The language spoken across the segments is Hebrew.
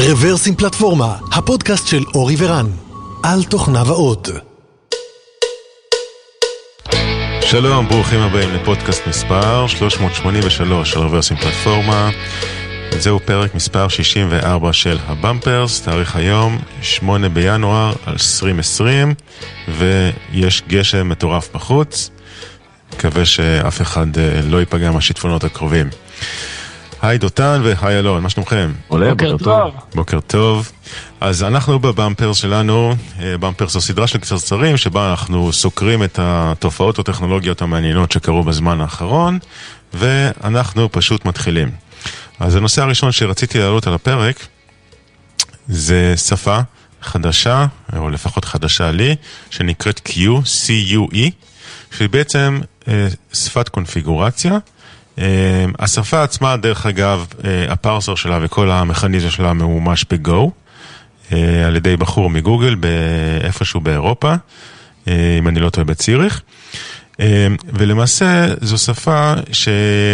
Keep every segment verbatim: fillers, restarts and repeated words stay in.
רוורסים פלטפורמה, הפודקאסט של אורי ורן, על תוכנה ועוד. שלום, ברוכים הבאים לפודקאסט מספר שלוש מאות שמונים ושלוש של רוורסים פלטפורמה. זהו פרק מספר שישים וארבע של הבמפרס, תאריך היום שמונה בינואר עשרים עשרים, ויש גשם מטורף בחוץ. מקווה שאף אחד לא ייפגע מהשיטפונות הקרובים. היי דותן והי אלון, מה שלומכם? עולה, בוקר טוב. בוקר טוב. אז אנחנו בבמפרס שלנו, במפרס זו סדרה של קצרצרים שבה אנחנו סוקרים את התופעות הטכנולוגיות המעניינות שקרו בזמן האחרון, ואנחנו פשוט מתחילים. אז הנושא הראשון שרציתי להעלות על הפרק זה שפה חדשה, או לפחות חדשה לי, שנקראת Q, C-U-E, שהיא בעצם אה, שפת קונפיגורציה. אה, השפה עצמה, דרך אגב, אה, הפרסר שלה וכל המכניזם שלה ממומש ב-Go, אה, על ידי בחור מגוגל באיפשהו באירופה, אה, אם אני לא טועה בציריך. אה, ולמעשה זו שפה ש...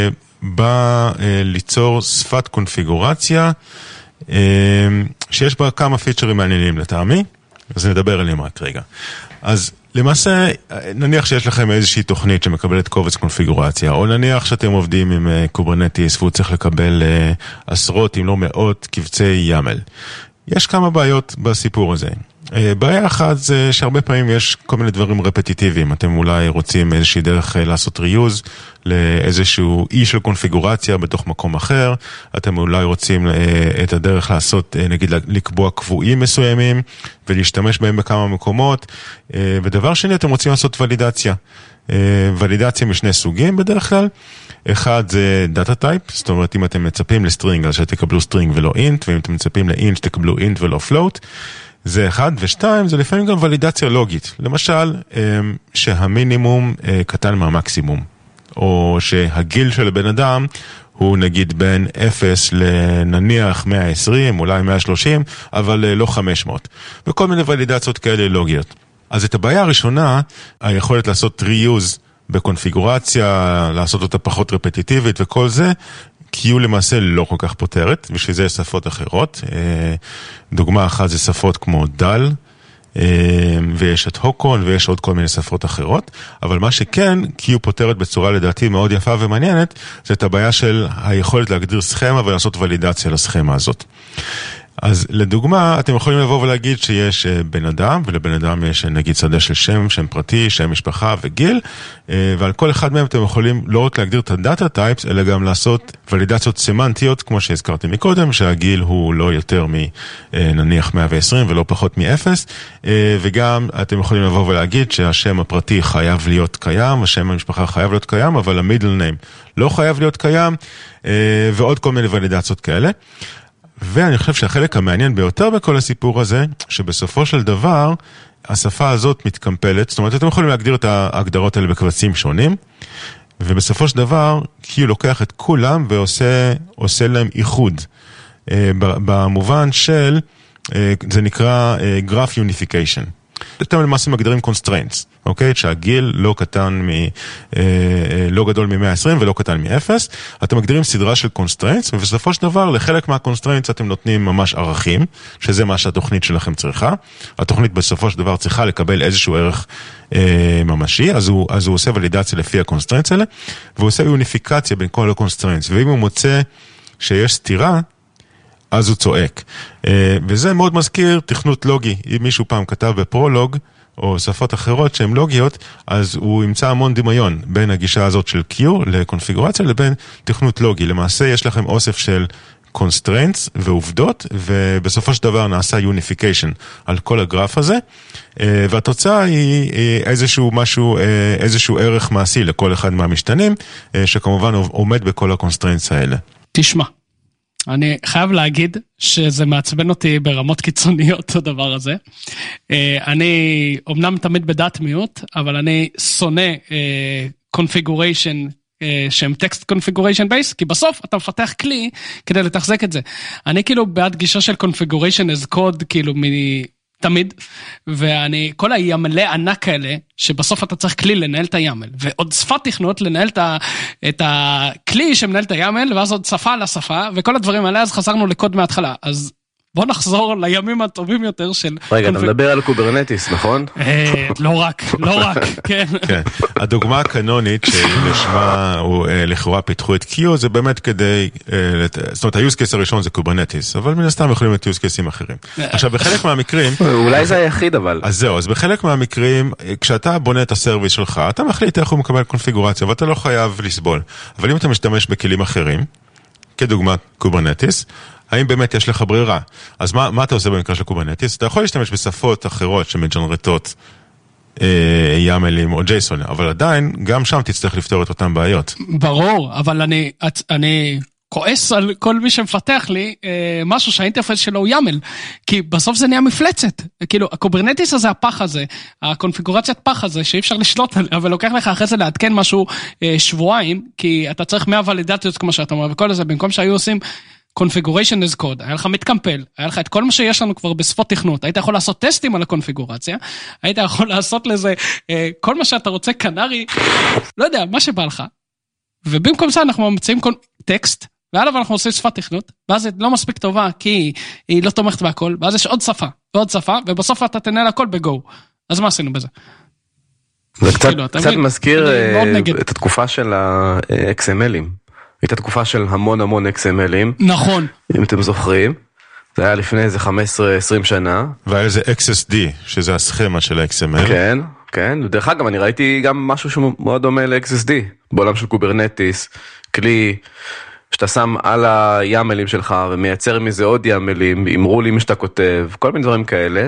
בא אה, ליצור שפת קונפיגורציה אה, שיש בה כמה פיצ'רים מעניינים לטעמי, אז נדבר עליהם רק רגע. אז למעשה, נניח שיש לכם איזושהי תוכנית שמקבלת קובץ קונפיגורציה, או נניח שאתם עובדים עם אה, קוברנטיס והוא צריך לקבל אה, עשרות אם לא מאות קבצי ימל. יש כמה בעיות בסיפור הזה. בעיה אחת זה שהרבה פעמים יש כל מיני דברים רפטיטיביים. אתם אולי רוצים איזושהי דרך לעשות ריוז לאיזשהו אי של קונפיגורציה בתוך מקום אחר. אתם אולי רוצים את הדרך לעשות, נגיד, לקבוע קבועים מסוימים ולהשתמש בהם בכמה מקומות. ודבר שני, אתם רוצים לעשות ולידציה. ולידציה משני סוגים בדרך כלל. אחד זה דאטה טייפ, זאת אומרת אם אתם מצפים לסטרינג אז שתקבלו סטרינג ולא אינט, ואם אתם מצפים לאינט שתקבלו אינט ולא פלוט. זה אחד, ושתיים, זה לפעמים גם ולידציה לוגית. למשל, שהמינימום קטן מהמקסימום, או שהגיל של הבן אדם הוא נגיד בין אפס לנניח מאה ועשרים, אולי מאה ושלושים, אבל לא חמש מאות. וכל מיני ולידציות כאלה לוגיות. אז את הבעיה הראשונה, היכולת לעשות ריוז בקונפיגורציה, לעשות אותה פחות רפטיטיבית וכל זה, Q למעשה לא כל כך פותרת, בשביל זה יש שפות אחרות. דוגמה אחת זה שפות כמו דל, ויש את הוקון, ויש עוד כל מיני שפות אחרות. אבל מה שכן, Q פותרת בצורה לדעתי מאוד יפה ומעניינת, זה את הבעיה של היכולת להגדיר סכמה ולעשות ולידציה לסכמה הזאת. אז לדוגמה, אתם יכולים לבוא ולהגיד שיש בן אדם, ולבן אדם יש נגיד שדה של שם, שם פרטי, שם משפחה וגיל, ועל כל אחד מהם אתם יכולים לא רק להגדיר את הדאטה טייפס, אלא גם לעשות ולידציות סמנטיות, כמו שהזכרתי מקודם, שהגיל הוא לא יותר מנניח מאה ועשרים ולא פחות מ-אפס, וגם אתם יכולים לבוא ולהגיד שהשם הפרטי חייב להיות קיים, השם המשפחה חייב להיות קיים, אבל המידל ניים לא חייב להיות קיים, ועוד כל מיני ולידציות כאלה. ואני חושב שהחלק המעניין ביותר בכל הסיפור הזה, שבסופו של דבר, השפה הזאת מתקמפלת, זאת אומרת, אתם יכולים להגדיר את ההגדרות האלה בקבצים שונים, ובסופו של דבר, כי הוא לוקח את כולם ועושה עושה להם איחוד, במובן של, זה נקרא Graph Unification. אתם למעשה מגדירים constraints, אוקיי? שהגיל לא קטן מ, לא גדול מ-מאה ועשרים ולא קטן מ-אפס. אתם מגדירים סדרה של constraints, ובסופו של דבר לחלק מה-constraints אתם נותנים ממש ערכים, שזה מה שהתוכנית שלכם צריכה. התוכנית בסופו של דבר צריכה לקבל איזשהו ערך אה, ממשי, אז הוא, אז הוא עושה ולידציה לפי ה-constraints האלה, והוא עושה יוניפיקציה בין כל ה-constraints, ואם הוא מוצא שיש סתירה, אז הוא צועק. וזה מאוד מזכיר תכנות לוגי. אם מישהו פעם כתב בפרולוג, או שפות אחרות שהן לוגיות, אז הוא ימצא המון דמיון בין הגישה הזאת של Q לקונפיגורציה, לבין תכנות לוגי. למעשה יש לכם אוסף של constraints ועובדות, ובסופו של דבר נעשה unification על כל הגרף הזה, והתוצאה היא איזשהו משהו, איזשהו ערך מעשי לכל אחד מהמשתנים, שכמובן עומד בכל ה-constraints האלה. תשמע. אני חייב להגיד שזה מעצבן אותי ברמות קיצוניות הדבר הזה. אני אומנם תמיד בדעת מיעוט, אבל אני שונא configuration שהם text configuration base, כי בסוף אתה מפתח כלי כדי לתחזק את זה. אני כאילו בעד גישה של configuration as code כאילו מ... תמיד, ואני, כל הימלי ענק האלה, שבסוף אתה צריך כלי לנהל את הימל, ועוד שפת תכנות לנהל את, ה, את הכלי שמנהל את הימל, ואז עוד שפה על השפה, וכל הדברים האלה, אז חזרנו לקוד מההתחלה. אז בוא נחזור לימים הטובים יותר של... רגע, אתה מדבר על קוברנטיס, נכון? לא רק, לא רק, כן. כן, הדוגמה הקנונית שלשמה לכאורה פיתחו את Q, זה באמת כדי, זאת אומרת, ה-use case הראשון זה קוברנטיס, אבל מן הסתם יכולים להיות use cases אחרים. עכשיו, בחלק מהמקרים... אולי זה היחיד, אבל... אז זהו, אז בחלק מהמקרים, כשאתה בונה את הסרוויס שלך, אתה מחליט איך הוא מקבל קונפיגורציה, ואתה לא חייב לסבול. אבל אם אתה משתמש בכלים אחרים, כדוגמת קוברנטיס, האם באמת יש לך ברירה? אז מה, מה אתה עושה במקרה של קוברנטיס? אתה יכול להשתמש בשפות אחרות שמג'נרטות אה, יאמלים או ג'ייסון, אבל עדיין, גם שם תצטרך לפתור את אותן בעיות. ברור, אבל אני, את, אני כועס על כל מי שמפתח לי אה, משהו שהאינטרפייס שלו הוא יאמל, כי בסוף זה נהיה מפלצת. כאילו, הקוברנטיס הזה, הפח הזה, הקונפיגורציית פח הזה, שאי אפשר לשלוט עליה, ולוקח לך אחרי זה לעדכן משהו אה, שבועיים, כי אתה צריך מאה ולידציות, כמו שאתה אומר, וכל זה, במקום שהיו עושים configuration as code, היה לך מתקמפל, היה לך את כל מה שיש לנו כבר בשפות תכנות, היית יכול לעשות טסטים על הקונפיגורציה, היית יכול לעשות לזה אה, כל מה שאתה רוצה, קנרי, לא יודע, מה שבא לך, ובמקום זה אנחנו ממציאים טקסט, ועליו אנחנו עושים שפת תכנות, ואז היא לא מספיק טובה, כי היא לא תומכת בהכל, ואז יש עוד שפה, ועוד שפה, ובסוף אתה תנהל הכל בגו. אז מה עשינו בזה? זה קצת, קצת מזכיר את התקופה של ה-אקס אם אל'ים. הייתה תקופה של המון המון אקס אם אל'ים. נכון. אם אתם זוכרים. זה היה לפני איזה חמש עשרה עשרים שנה. והיה איזה אקס אס די, שזה הסכמה של ה-אקס אם אל. כן, כן. ודרך אגב, אני ראיתי גם משהו שמאוד דומה ל-אקס אס די, בעולם של קוברנטיס, כלי שאתה שם על היאמלים שלך, ומייצר מזה עוד יאמלים, עם רולים שאתה כותב, כל מיני דברים כאלה,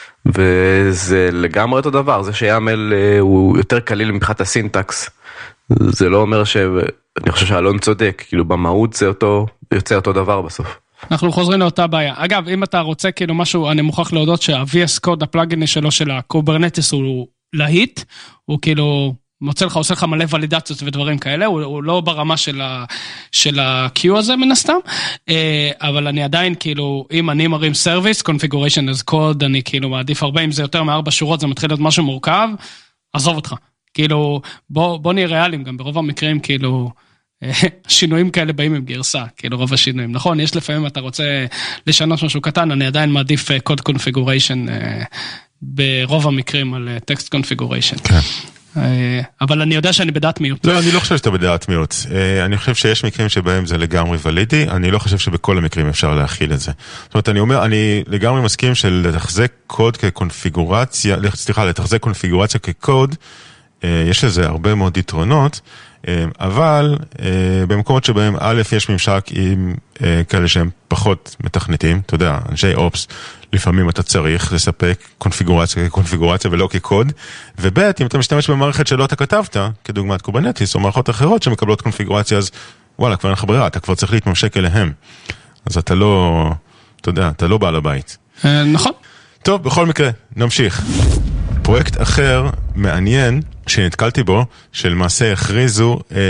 וזה לגמרי אותו דבר, זה שיאמל הוא יותר קליל מבחינת הסינטקס, זה לא אומר ש... אני חושב שאלון צודק, כאילו במהות זה אותו, יוצא אותו דבר בסוף. אנחנו חוזרים לאותה בעיה. אגב, אם אתה רוצה כאילו משהו, אני מוכרח להודות שה-וי אס Code, הפלאגין שלו של הקוברנטיס הוא להיט, הוא כאילו מוצא לך, עושה לך מלא ולידציות ודברים כאלה, הוא, הוא לא ברמה של ה, של ה-Q הזה מן הסתם, אבל אני עדיין כאילו, אם אני מרים סרוויס, configuration as code, אני כאילו מעדיף הרבה, אם זה יותר מארבע שורות, זה מתחיל להיות משהו מורכב, עזוב אותך. כאילו, בוא, בוא נהיה ריאליים, גם ברוב המקרים, כאילו, שינויים כאלה באים עם גרסה, כאילו רוב השינויים, נכון? יש לפעמים אתה רוצה לשנות משהו קטן, אני עדיין מעדיף code configuration ברוב המקרים על text configuration. כן. אבל אני יודע שאני בדעת מיעוט. לא, אני לא חושב שאתה בדעת מיעוט. אני חושב שיש מקרים שבהם זה לגמרי ולידי, אני לא חושב שבכל המקרים אפשר להכיל את זה. זאת אומרת, אני אומר, אני לגמרי מסכים של לתחזק קוד כקונפיגורציה, סליחה, לתחזק קונפיגורציה כקוד, יש לזה הרבה מאוד יתרונות, אבל במקומות שבהם א' יש ממשק עם כאלה שהם פחות מתכנתים, אתה יודע, אנשי אופס, לפעמים אתה צריך לספק קונפיגורציה כקונפיגורציה ולא כקוד, וב' אם אתה משתמש במערכת שלא אתה כתבת, כדוגמת קוברנטיס או מערכות אחרות שמקבלות קונפיגורציה, אז וואלה, כבר אין לך ברירה, אתה כבר צריך להתממשק אליהם. אז אתה לא, אתה יודע, אתה לא בעל הבית. נכון. טוב, בכל מקרה, נמשיך. פרויקט אחר מעניין שנתקלתי בו, שלמעשה הכריזו אה,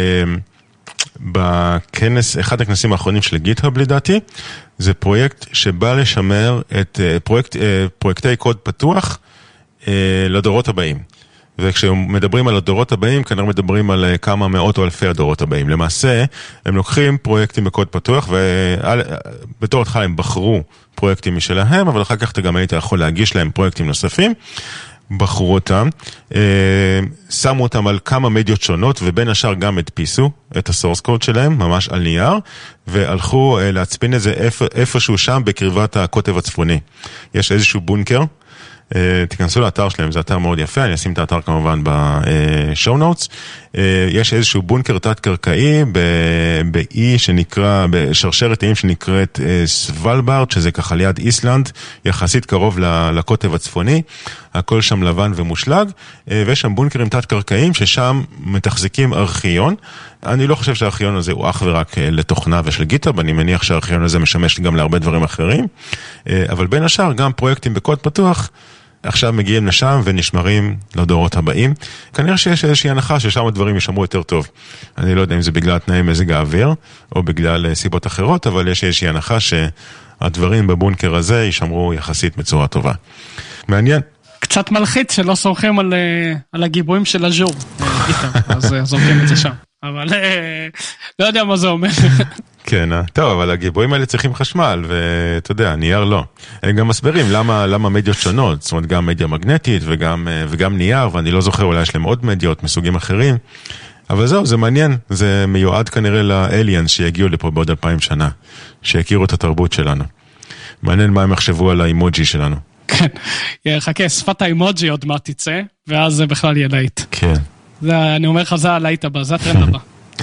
בכנס, אחד הכנסים האחרונים של גיטהאב לדעתי, זה פרויקט שבא לשמר את אה, פרויקט, אה, פרויקטי קוד פתוח אה, לדורות הבאים. וכשמדברים על הדורות הבאים, כנראה מדברים על כמה מאות או אלפי הדורות הבאים. למעשה, הם לוקחים פרויקטים בקוד פתוח, ובתור התחלה הם בחרו פרויקטים משלהם, אבל אחר כך אתה גם היית יכול להגיש להם פרויקטים נוספים, בחרו אותם, שמו אותם על כמה מדיות שונות, ובין השאר גם הדפיסו את הסורס קוד שלהם, ממש על נייר, והלכו להצפין את זה איפשהו שם בקרבת הקוטב הצפוני. יש איזשהו בונקר, תיכנסו לאתר שלהם, זה אתר מאוד יפה, אני אשים את האתר כמובן בשואו נוטס, יש איזשהו בונקר תת-קרקעי באי שנקרא, בשרשרת איים שנקראת סוולבארד, שזה ככה ליד איסלנד, יחסית קרוב לקוטב הצפוני, הכל שם לבן ומושלג, ויש שם בונקרים תת-קרקעיים ששם מתחזיקים ארכיון, אני לא חושב שהארכיון הזה הוא אך ורק לתוכנה ושל גיטהאב, אני מניח שהארכיון הזה משמש גם להרבה דברים אחרים, אבל בין השאר גם פרויקטים בקוד פתוח, עכשיו מגיעים לשם ונשמרים לדורות הבאים. כנראה שיש איזושהי הנחה ששם הדברים ישמרו יותר טוב. אני לא יודע אם זה בגלל תנאי מזג האוויר, או בגלל סיבות אחרות, אבל יש איזושהי הנחה שהדברים בבונקר הזה ישמרו יחסית בצורה טובה. מעניין. קצת מלחיץ שלא סומכים על, על הגיבויים של הז'ור, אז זורקים את זה שם. אבל לא יודע מה זה אומר. כן, טוב, אבל הגיבויים האלה צריכים חשמל, ואתה יודע, נייר לא. הם גם מסברים למה, למה מדיות שונות, זאת אומרת, גם מדיה מגנטית וגם, וגם נייר, ואני לא זוכר, אולי יש להם עוד מדיות מסוגים אחרים, אבל זהו, זה מעניין, זה מיועד כנראה לאליאנס שיגיעו לפה בעוד אלפיים שנה, שיכירו את התרבות שלנו. מעניין מה הם יחשבו על האימוג'י שלנו. כן, חכה, שפת האימוג'י עוד מה תצא, ואז זה בכלל יהיה להיט. כן. זה, אני אומר לך, זה הלהיט הבא, זה הטרנד הבא.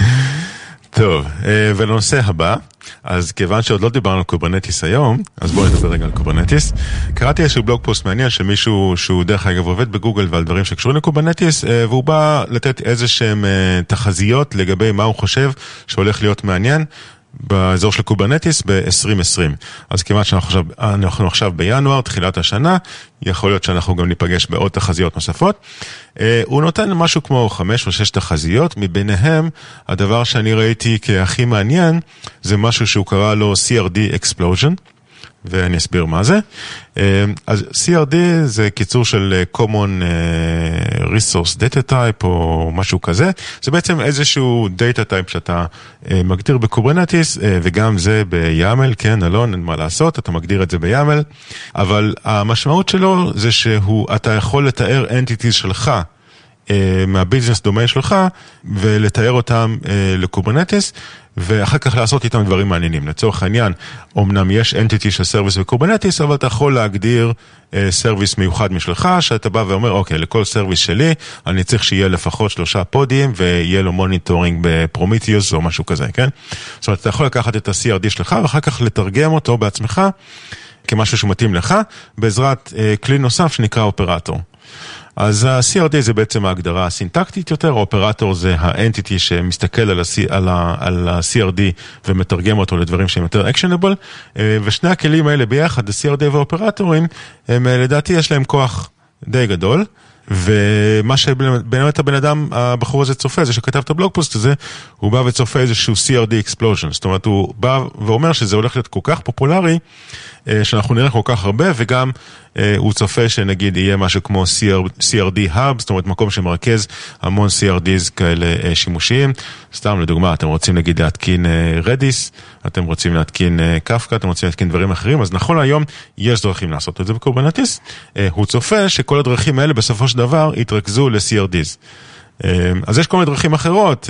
טוב, ולנושא הבא, אז כיוון שעוד לא דיברנו על קוברנטיס היום, אז בואו נדבר רגע על קוברנטיס. קראתי איזשהו בלוג פוסט מעניין של מישהו שהוא דרך אגב עובד בגוגל ועל דברים שקשורים לקוברנטיס, והוא בא לתת איזה שהם תחזיות לגבי מה הוא חושב שהולך להיות מעניין באזור של קוברנטיס ב-עשרים עשרים. אז כמעט שאנחנו עכשיו, אנחנו עכשיו בינואר, תחילת השנה, יכול להיות שאנחנו גם ניפגש בעוד תחזיות נוספות. הוא נותן משהו כמו חמש או שש תחזיות, מביניהם הדבר שאני ראיתי כהכי מעניין, זה משהו שהוא קרא לו סי אר די Explosion, ואני אסביר מה זה. אז סי אר די זה קיצור של Common Resource Data Type או משהו כזה. זה בעצם איזשהו Data Type שאתה מגדיר בקוברנטיס, וגם זה ב-יאמל, כן, אלון, אין מה לעשות, אתה מגדיר את זה ב-יאמל, אבל המשמעות שלו זה שאתה יכול לתאר entities שלך, מהביזנס דומיין שלך, ולתאר אותם לקוברנטיס, ואחר כך לעשות איתם דברים מעניינים. לצורך העניין, אמנם יש אנטיטי של סרוויס בקוברנטיס, אבל אתה יכול להגדיר סרוויס מיוחד משלך, שאתה בא ואומר, אוקיי, לכל סרוויס שלי, אני צריך שיהיה לפחות שלושה פודים, ויהיה לו מוניטורינג בפרומיתיוס או משהו כזה, כן? זאת אומרת, אתה יכול לקחת את ה-סי אר די שלך, ואחר כך לתרגם אותו בעצמך, כמשהו שמתאים לך, בעזרת כלי נוסף שנקרא אופרטור. אז ה-סי אר די זה בעצם ההגדרה הסינטקטית יותר, האופרטור זה האנטיטי שמסתכל על ה-סי אר די ומתרגם אותו לדברים שהם יותר actionable, ושני הכלים האלה ביחד, ה-סי אר די והאופרטורים, הם לדעתי יש להם כוח די גדול, ומה שבאמת הבן אדם, הבחור הזה צופה, זה שכתב את הבלוג פוסט הזה, הוא בא וצופה איזשהו סי אר די explosion, זאת אומרת הוא בא ואומר שזה הולך להיות כל כך פופולרי, שאנחנו נראה כל כך הרבה, וגם הוא צופה שנגיד יהיה משהו כמו סי אר די Hub, זאת אומרת מקום שמרכז המון סי אר דיז כאלה שימושיים. סתם לדוגמה, אתם רוצים נגיד להתקין Redis, אתם רוצים להתקין Kafka, אתם רוצים להתקין דברים אחרים, אז נכון היום יש דרכים לעשות את זה בקוברנטיס. הוא צופה שכל הדרכים האלה בסופו של דבר יתרכזו ל-סי אר דיז. אז יש כל מיני דרכים אחרות,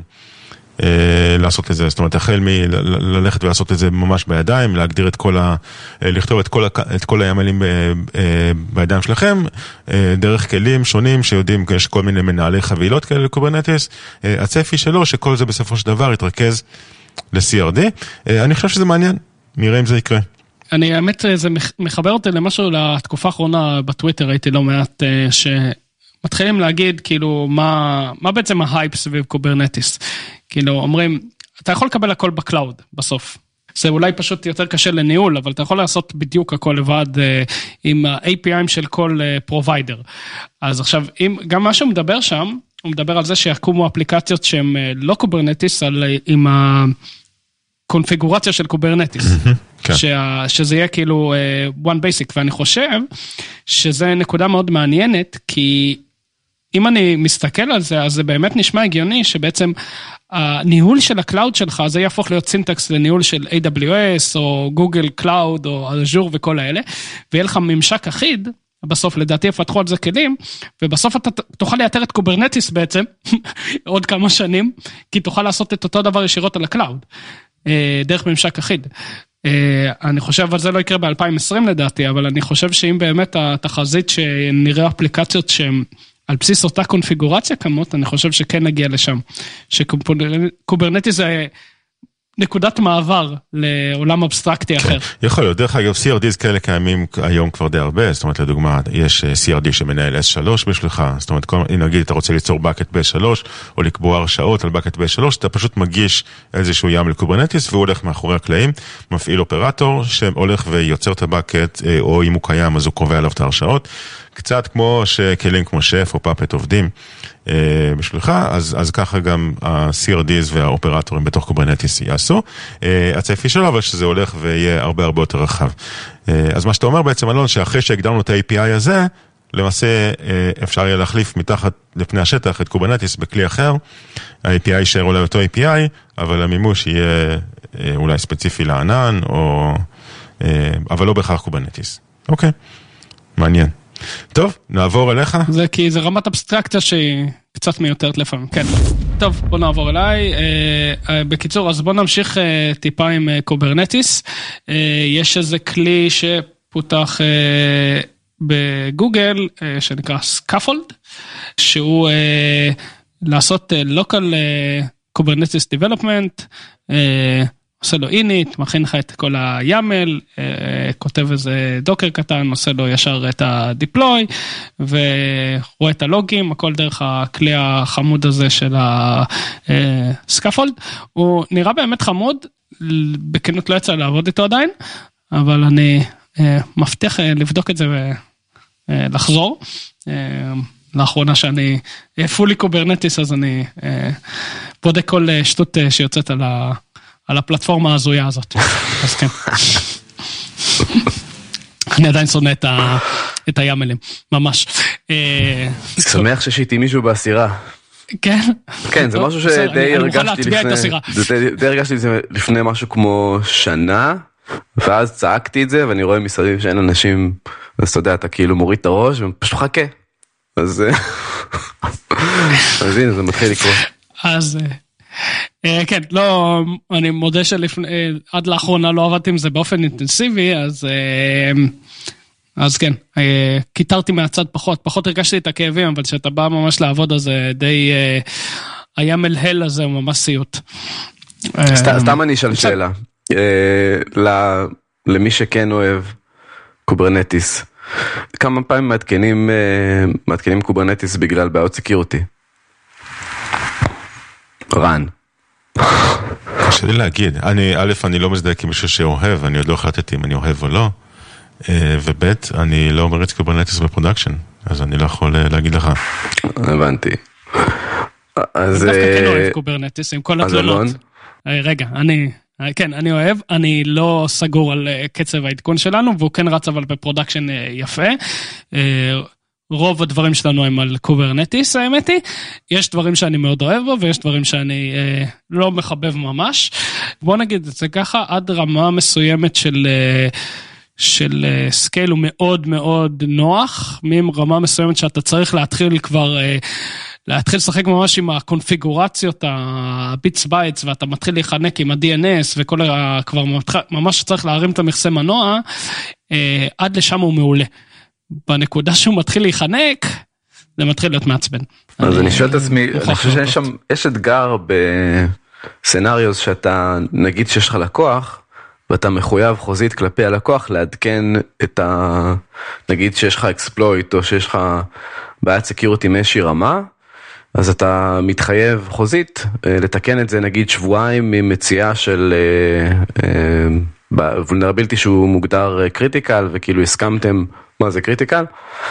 לעשות את זה, זאת אומרת, החל מללכת ולעשות את זה ממש בידיים, להגדיר את כל ה... לכתוב את כל, ה... את כל הימלים ב... בידיים שלכם, דרך כלים שונים שיודעים, יש כל מיני מנהלי חבילות כאלה לקוברנטיס, הצפי שלו שכל זה בסופו של דבר יתרכז ל-סי אר די. אני חושב שזה מעניין, נראה אם זה יקרה. אני, האמת, זה מחבר אותי למשהו לתקופה האחרונה בטוויטר, הייתי לא מעט ש... מתחילים להגיד, כאילו, מה, מה בעצם ההייפ סביב קוברנטיס? כאילו, אומרים, אתה יכול לקבל הכל בקלאוד, בסוף. זה אולי פשוט יותר קשה לניהול, אבל אתה יכול לעשות בדיוק הכל לבד, עם ה-איי פי איי של כל פרוביידר. אז עכשיו, אם, גם מה שהוא מדבר שם, הוא מדבר על זה שיקומו אפליקציות שהן לא קוברנטיס, על, עם הקונפיגורציה של קוברנטיס. שה, שזה יהיה כאילו uh, one basic, ואני חושב שזה נקודה מאוד מעניינת, כי אם אני מסתכל על זה, אז זה באמת נשמע הגיוני, שבעצם הניהול של הקלאוד שלך, זה יהפוך להיות סינטקס לניהול של איי דאבליו אס, או גוגל קלאוד, או אז'ור וכל האלה, ויהיה לך ממשק אחיד, בסוף לדעתי יפתחו על זה כלים, ובסוף אתה תוכל לייתר את קוברנטיס בעצם, עוד כמה שנים, כי תוכל לעשות את אותו דבר ישירות על הקלאוד, דרך ממשק אחיד. אני חושב על זה לא יקרה ב-אלפיים ועשרים לדעתי, אבל אני חושב שאם באמת התחזית שנראה אפליקציות שהן על בסיס אותה קונפיגורציה כמות, אני חושב שכן נגיע לשם. שקוברנטיס זה נקודת מעבר לעולם אבסטרקטי אחר. יכול להיות, דרך אגב, סי אר דיז כאלה קיימים היום כבר די הרבה, זאת אומרת, לדוגמה, יש סי אר די שמנהל אס שלוש בשבילך, זאת אומרת, אם נגיד, אתה רוצה ליצור בקט ב-אס שלוש, או לקבוע הרשאות על בקט ב-אס שלוש, אתה פשוט מגיש איזשהו ים לקוברנטיס, והוא הולך מאחורי הקלעים, מפעיל אופרטור, שהולך ויוצר את הבקט, או אם הוא קיים, אז הוא קובע עליו את ההרשאות, קצת כמו שכלים כמו שף או פאפט עובדים בשבילך, אז, אז ככה גם ה-סי אר דיז והאופרטורים בתוך קוברנטיס יעשו. הצפי שלו, אבל שזה הולך ויהיה הרבה הרבה יותר רחב. אז מה שאתה אומר בעצם, אלון, שאחרי שהגדרנו את ה-איי פי איי הזה, למעשה אפשר יהיה להחליף מתחת לפני השטח את קוברנטיס בכלי אחר, ה-איי פי איי יישאר אולי אותו איי פי איי, אבל המימוש יהיה אולי ספציפי לענן, או, אבל לא בהכרח קוברנטיס. אוקיי, מעניין. טוב, נעבור אליך. זה כי זה רמת אבסטרקציה שהיא קצת מיותרת לפעמים, כן. טוב, בוא נעבור אליי. בקיצור, אז בוא נמשיך טיפה עם קוברנטיס. יש איזה כלי שפותח בגוגל, שנקרא סקאפולד, שהוא לעשות local Kubernetes development, עושה לו אינית, מכין לך את כל הימל, כותב איזה דוקר קטן, עושה לו ישר את הדיפלוי, ורואה את הלוגים, הכל דרך הכלי החמוד הזה של הסקאפולד. הוא נראה באמת חמוד, בכנות לא יצא לעבוד איתו עדיין, אבל אני מבטיח לבדוק את זה ולחזור. לאחרונה שאני פולי קוברנטיס, אז אני בודק כל שטות שיוצאת על ה... על הפלטפורמה הזויה הזאת. אז כן. אני עדיין שונא את, ה, את הימלים, ממש. שמח ששיתי מישהו בעשירה. כן? כן, זה משהו שדי הרגשתי לפני, די הרגשתי לפני משהו כמו שנה, ואז צעקתי את זה, ואני רואה מסביב שאין אנשים, אז אתה יודע, אתה כאילו מוריד את הראש, ופשוט חכה. אז אז הנה, זה מתחיל לקרוא. אז... כן, לא, אני מודה שלפני, עד לאחרונה לא עבדתי עם זה באופן אינטנסיבי, אז, אז כן, קיטרתי מהצד פחות, פחות הרגשתי את הכאבים, אבל כשאתה בא ממש לעבוד, אז די, היה מלהל הזה, הוא ממש סיוט. סתם אני אשאל שאלה, למי שכן אוהב קוברנטיס, כמה פעמים מעדכנים, מעדכנים קוברנטיס בגלל בעיות סקיוריטי? רן. קשה לי להגיד. אני, א', אני לא מזדהה כמישהו שאוהב, אני עוד לא החלטתי אם אני אוהב או לא, וב', אני לא אומר את קוברנטיס בפרודקשן, אז אני לא יכול להגיד לך. הבנתי. אז... אני דווקא כן אוהב קוברנטיס, עם כל התלונות. רגע, אני... כן, אני אוהב, אני לא סגור על קצב העדכון שלנו, והוא כן רץ אבל בפרודקשן יפה. רוב הדברים שלנו הם על קוברנטיס, האמת היא. יש דברים שאני מאוד אוהב בו, ויש דברים שאני אה, לא מחבב ממש. בוא נגיד את זה ככה, עד רמה מסוימת של, אה, של אה, סקייל הוא מאוד מאוד נוח, מרמה מסוימת שאתה צריך להתחיל כבר, אה, להתחיל לשחק ממש עם הקונפיגורציות, הביטס בייטס, ואתה מתחיל להיחנק עם ה-די אן אס, וכל ה... כבר ממש צריך להרים את המכסה מנוע, אה, עד לשם הוא מעולה. בנקודה שהוא מתחיל להיחנק, זה מתחיל להיות מעצבן. אז אני שואל את עצמי, אני חושב שיש שם, יש אתגר בסנריוס שאתה, נגיד שיש לך לקוח, ואתה מחויב חוזית כלפי הלקוח, לעדכן את ה... נגיד שיש לך אקספלויט, או שיש לך בעיית סקיוריטי מאיזושהי רמה, אז אתה מתחייב חוזית, לתקן את זה נגיד שבועיים ממציאה של... vulnerability שהוא מוגדר קריטיקל, וכאילו הסכמתם מה זה קריטיקל,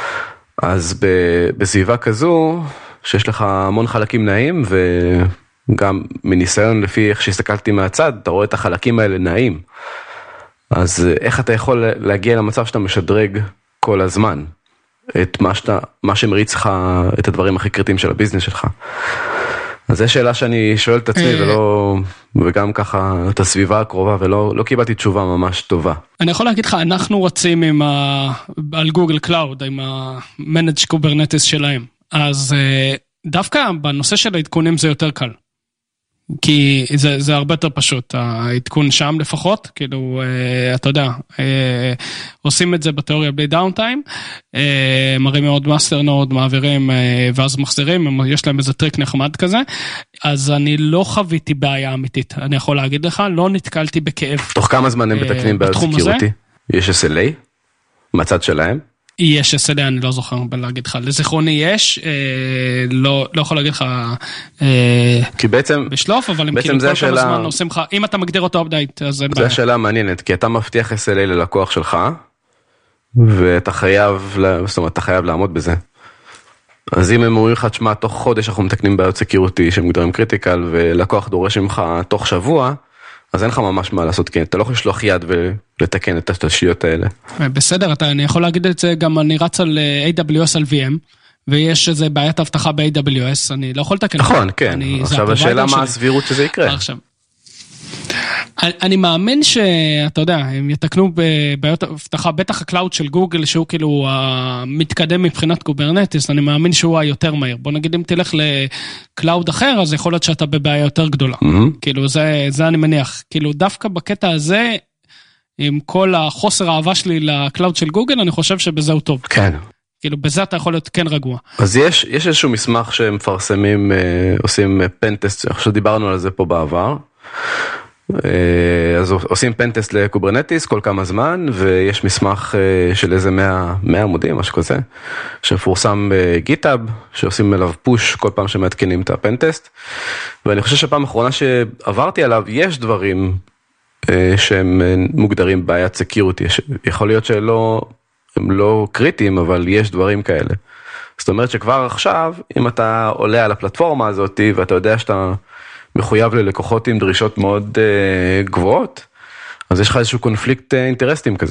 אז בסביבה כזו, שיש לך המון חלקים נעים, וגם מניסיון לפי איך שהסתכלתי מהצד, אתה רואה את החלקים האלה נעים, אז איך אתה יכול להגיע למצב שאתה משדרג כל הזמן, את מה שאתה, מה שמריץ לך את הדברים הכי קריטיים של הביזנס שלך. אז זו שאלה שאני שואל את עצמי, ולא, וגם ככה את הסביבה הקרובה, ולא לא קיבלתי תשובה ממש טובה. אני יכול להגיד לך, אנחנו רצים עם ה... על גוגל קלאוד, עם ה-Managed Kubernetes שלהם. אז דווקא בנושא של העדכונים זה יותר קל. כי זה, זה הרבה יותר פשוט, העדכון שם לפחות, כאילו, אתה יודע, עושים את זה בתיאוריה בלי דאונטיים, מראים מאוד מאסטר נוד, מעבירים, ואז מחזירים, יש להם איזה טריק נחמד כזה, אז אני לא חוויתי בעיה אמיתית, אני יכול להגיד לך, לא נתקלתי בכאב. תוך כמה זמן הם מתקנים בעיות סקיוריטי? יש אס אל איי? מהצד שלהם? יש אס אל איי, אני לא זוכר להגיד לך, לזיכרוני יש, לא יכול להגיד לך בשלוף, אבל הם כאילו כל כמה זמן עושים לך, אם אתה מגדיר אותו update, אז אין בעיה. זו שאלה מעניינת, כי אתה מבטיח אס אל איי ללקוח שלך, ואתה חייב, זאת אומרת, אתה חייב לעמוד בזה. אז אם הם אומרים לך, תשמע, תוך חודש אנחנו מתקנים בעיות סקיוריטי שמוגדרים קריטיקל, ולקוח דורש ממך תוך שבוע, אז אין לך ממש מה לעשות, כן, אתה לא יכול לשלוח יד ולתקן את התשתיות האלה. בסדר, אתה, אני יכול להגיד את זה, גם אני רץ על איי דאבליו אס על וי אם, ויש איזה בעיית הבטחה ב-איי דאבליו אס, אני לא יכול לתקן. נכון, כן, עכשיו השאלה מה הסבירות שזה יקרה. עכשיו, אני מאמין שאתה יודע, הם יתקנו בבעיות הבטחה, בטח הקלאוד של גוגל, שהוא כאילו המתקדם מבחינת קוברנטיס, אני מאמין שהוא היותר מהיר. בוא נגיד אם תלך לקלאוד אחר, אז יכול להיות שאתה בבעיה יותר גדולה. כאילו זה, זה אני מניח. כאילו דווקא בקטע הזה, עם כל החוסר האהבה שלי לקלאוד של גוגל, אני חושב שבזה הוא טוב. כן. כאילו בזה אתה יכול להיות כן רגוע. אז יש, יש איזשהו מסמך שמפרסמים, עושים פנטסט, עכשיו דיברנו על זה פה בעבר, אז עושים פנטסט לקוברנטיס כל כמה זמן, ויש מסמך של איזה מאה עמודים, משהו כזה, שפורסם בגיטאב, שעושים אליו פוש כל פעם שמתקינים את הפנטסט, ואני חושב שפעם האחרונה שעברתי עליו, יש דברים שהם מוגדרים בעיית סקיוריטי, יכול להיות שלא, הם לא קריטיים, אבל יש דברים כאלה. זאת אומרת שכבר עכשיו, אם אתה עולה על הפלטפורמה הזאת, ואתה יודע שאתה מחויב ללקוחות עם דרישות מאוד uh, גבוהות, אז יש לך איזשהו קונפליקט uh, אינטרסטים כזה.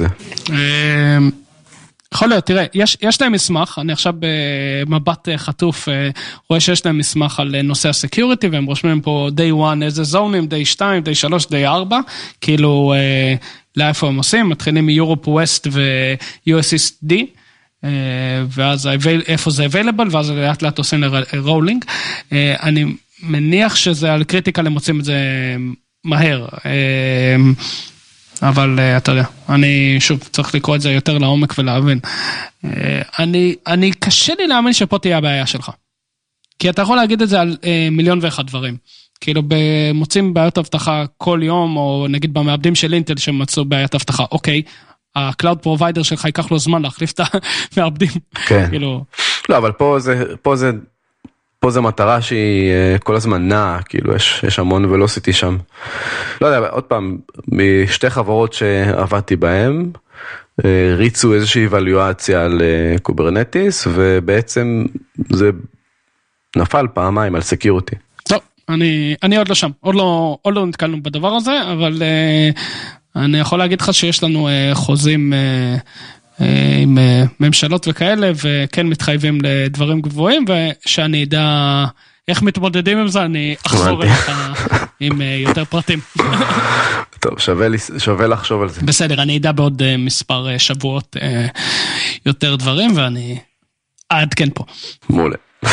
יכול להיות, תראה, יש, יש להם מסמך, אני עכשיו במבט חטוף רואה שיש להם מסמך על נושא הסקיוריטי, והם רושמים פה day one איזה זונים, day שתיים, day שלוש, day ארבע, כאילו לאיפה הם עושים, מתחילים מ-Europe West ו-יו אס אס די, ואז איפה זה available, ואז לאט לאט עושים רולינג, אני מניח שזה על קריטיקל, הם עושים את זה מהר, אבל אתה יודע, אני שוב צריך לקרוא את זה יותר לעומק ולהבין. אני, אני קשה לי להאמין שפה תהיה הבעיה שלך. כי אתה יכול להגיד את זה על מיליון ואחד דברים. כאילו מוצאים בעיות הבטחה כל יום, או נגיד במעבדים של אינטל שמצאו בעיית הבטחה, אוקיי, הקלאוד פרוביידר שלך ייקח לו זמן להחליף את המעבדים. כן. כאילו... לא, אבל פה זה, פה זה, פה זה מטרה שהיא כל הזמן נעה, כאילו יש, יש המון ולוסיטי שם. לא יודע, עוד פעם, משתי חברות שעבדתי בהן, ריצו איזושהי אבלואציה על קוברנטיס, ובעצם זה נפל פעמיים על סקיוריטי. טוב, אני, אני עוד לא שם, עוד לא, עוד לא נתקלנו בדבר הזה, אבל אני יכול להגיד לך שיש לנו חוזים עם ממשלות וכאלה, וכן מתחייבים לדברים גבוהים, ושאני אדע איך מתמודדים עם זה, אני אחזור אליך עם יותר פרטים. טוב, שווה, שווה לחשוב על זה. בסדר, אני אדע בעוד מספר שבועות יותר דברים, ואני אעדכן פה. מעולה.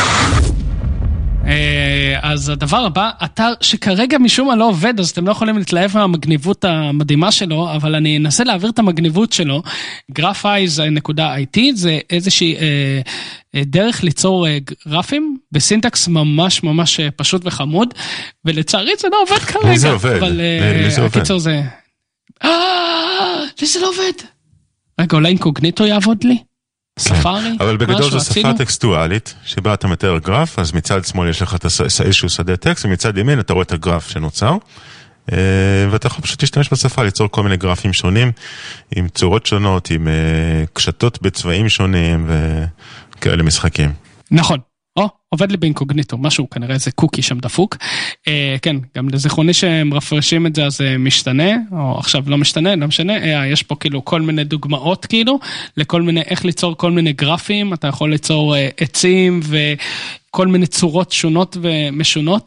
אז הדבר הבא, אתר שכרגע משום מה לא עובד, אז אתם לא יכולים להתלהב מהמגניבות המדהימה שלו, אבל אני אנסה להעביר את המגניבות שלו. graphize נקודה איי טי זה איזושהי אה, דרך ליצור אה, גרפים בסינטקס ממש ממש פשוט וחמוד, ולצערי זה לא עובד כרגע. לי זה עובד. אבל לי זה עובד. הקיצור זה... אה, לי זה לא עובד. רגע, אולי אינקוגניטו יעבוד לי? ספארי? אבל בגדול זו שפה טקסטואלית, שבה אתה מתאר גרף, אז מצד שמאל יש לך איזשהו שדה טקסט, ומצד ימין אתה רואה את הגרף שנוצר, ואתה יכול פשוט להשתמש בשפה, ליצור כל מיני גרפים שונים, עם צורות שונות, עם קשתות בצבעים שונים, וכאלה משחקים. נכון. או, עובד לי באינקוגניטו, משהו, כנראה איזה קוקי שם דפוק. אה, כן, גם לזיכרוני שהם רפרשים את זה, אז זה משתנה, או עכשיו לא משתנה, לא משנה, אה, יש פה כאילו כל מיני דוגמאות כאילו, לכל מיני, איך ליצור כל מיני גרפים, אתה יכול ליצור אה, עצים, וכל מיני צורות שונות ומשונות,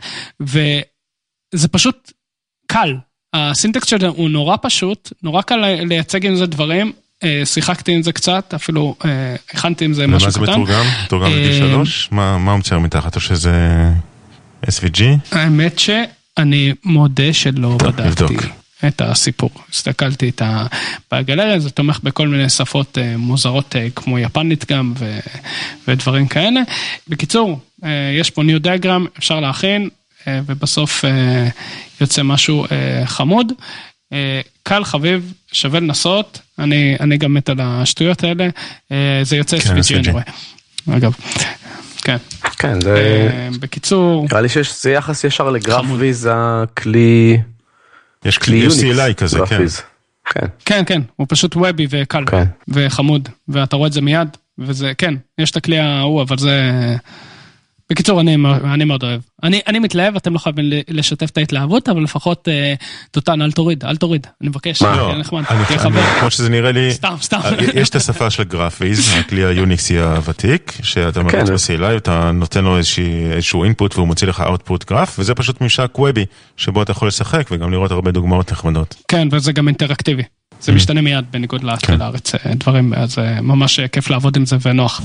וזה פשוט קל. הסינטקס שלנו הוא נורא פשוט, נורא קל לייצג עם זה דברים, שיחקתי עם זה קצת, אפילו הכנתי עם זה משהו קטן. ומה זה מתורגם? מתורגם לגיל שלוש? מה הוא מצייר מתחת? או שזה אס וי ג'י? האמת שאני מודה שלא בדקתי את הסיפור. הסתכלתי את בגלריה, זה תומך בכל מיני שפות מוזרות כמו יפנית גם ודברים כאלה. בקיצור, יש פה ניו דיאגרם, אפשר להכין, ובסוף יוצא משהו חמוד. קל חביב, שווה לנסות, אני, אני גם מת על השטויות האלה, זה יוצא אס וי ג'י אני רואה, אגב, כן. כן, זה... בקיצור... נראה לי שיש יחס ישר לגרף ויזה, כלי... יש כלי סי אל איי כזה, כן. כן. כן, כן, הוא פשוט וובי וקל, וחמוד, ואתה רואה את זה מיד, וזה, כן, יש את הכלי ההוא, אבל זה... בקיצור, אני, אני מאוד אוהב. אני, אני מתלהב, אתם לא חייבים לשתף את ההתלהבות, אבל לפחות, דותן, אל תוריד, אל תוריד, אני מבקש. לא, כמו שזה נראה לי, סתם, סתם. יש את השפה של גרפיז, הכלי היוניקסי הוותיק, שאתה מריץ בסילאי, אתה נותן לו איזשהו אינפוט, והוא מוציא לך אאוטפוט גרף, וזה פשוט ממשק וובי, שבו אתה יכול לשחק, וגם לראות הרבה דוגמאות נחמדות. כן, וזה גם אינטראקטיבי. זה משתנה מיד, בניגוד לארץ דברים, אז ממש כיף לעבוד עם זה ונוח.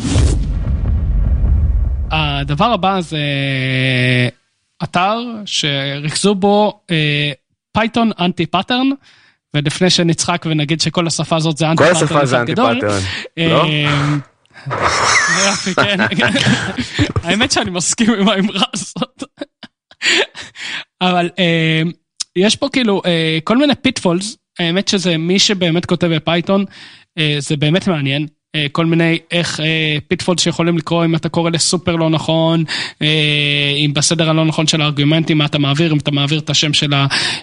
הדבר הבא זה אתר שריכזו בו פייתון אנטי פאטרן, ולפני שנצחק ונגיד שכל השפה הזאת זה אנטי פאטרן. כל השפה זה אנטי פאטרן, לא? יפי, כן. האמת שאני מסכים עם האמרה הזאת. אבל יש פה כאילו כל מיני פיטפולס, האמת שזה מי שבאמת כותב בפייתון, זה באמת מעניין. כל מיני איך פיטפולד שיכולים לקרוא אם אתה קורא לסופר לא נכון, אם בסדר הלא נכון של הארגומנטים, מה אתה מעביר, אם אתה מעביר את השם של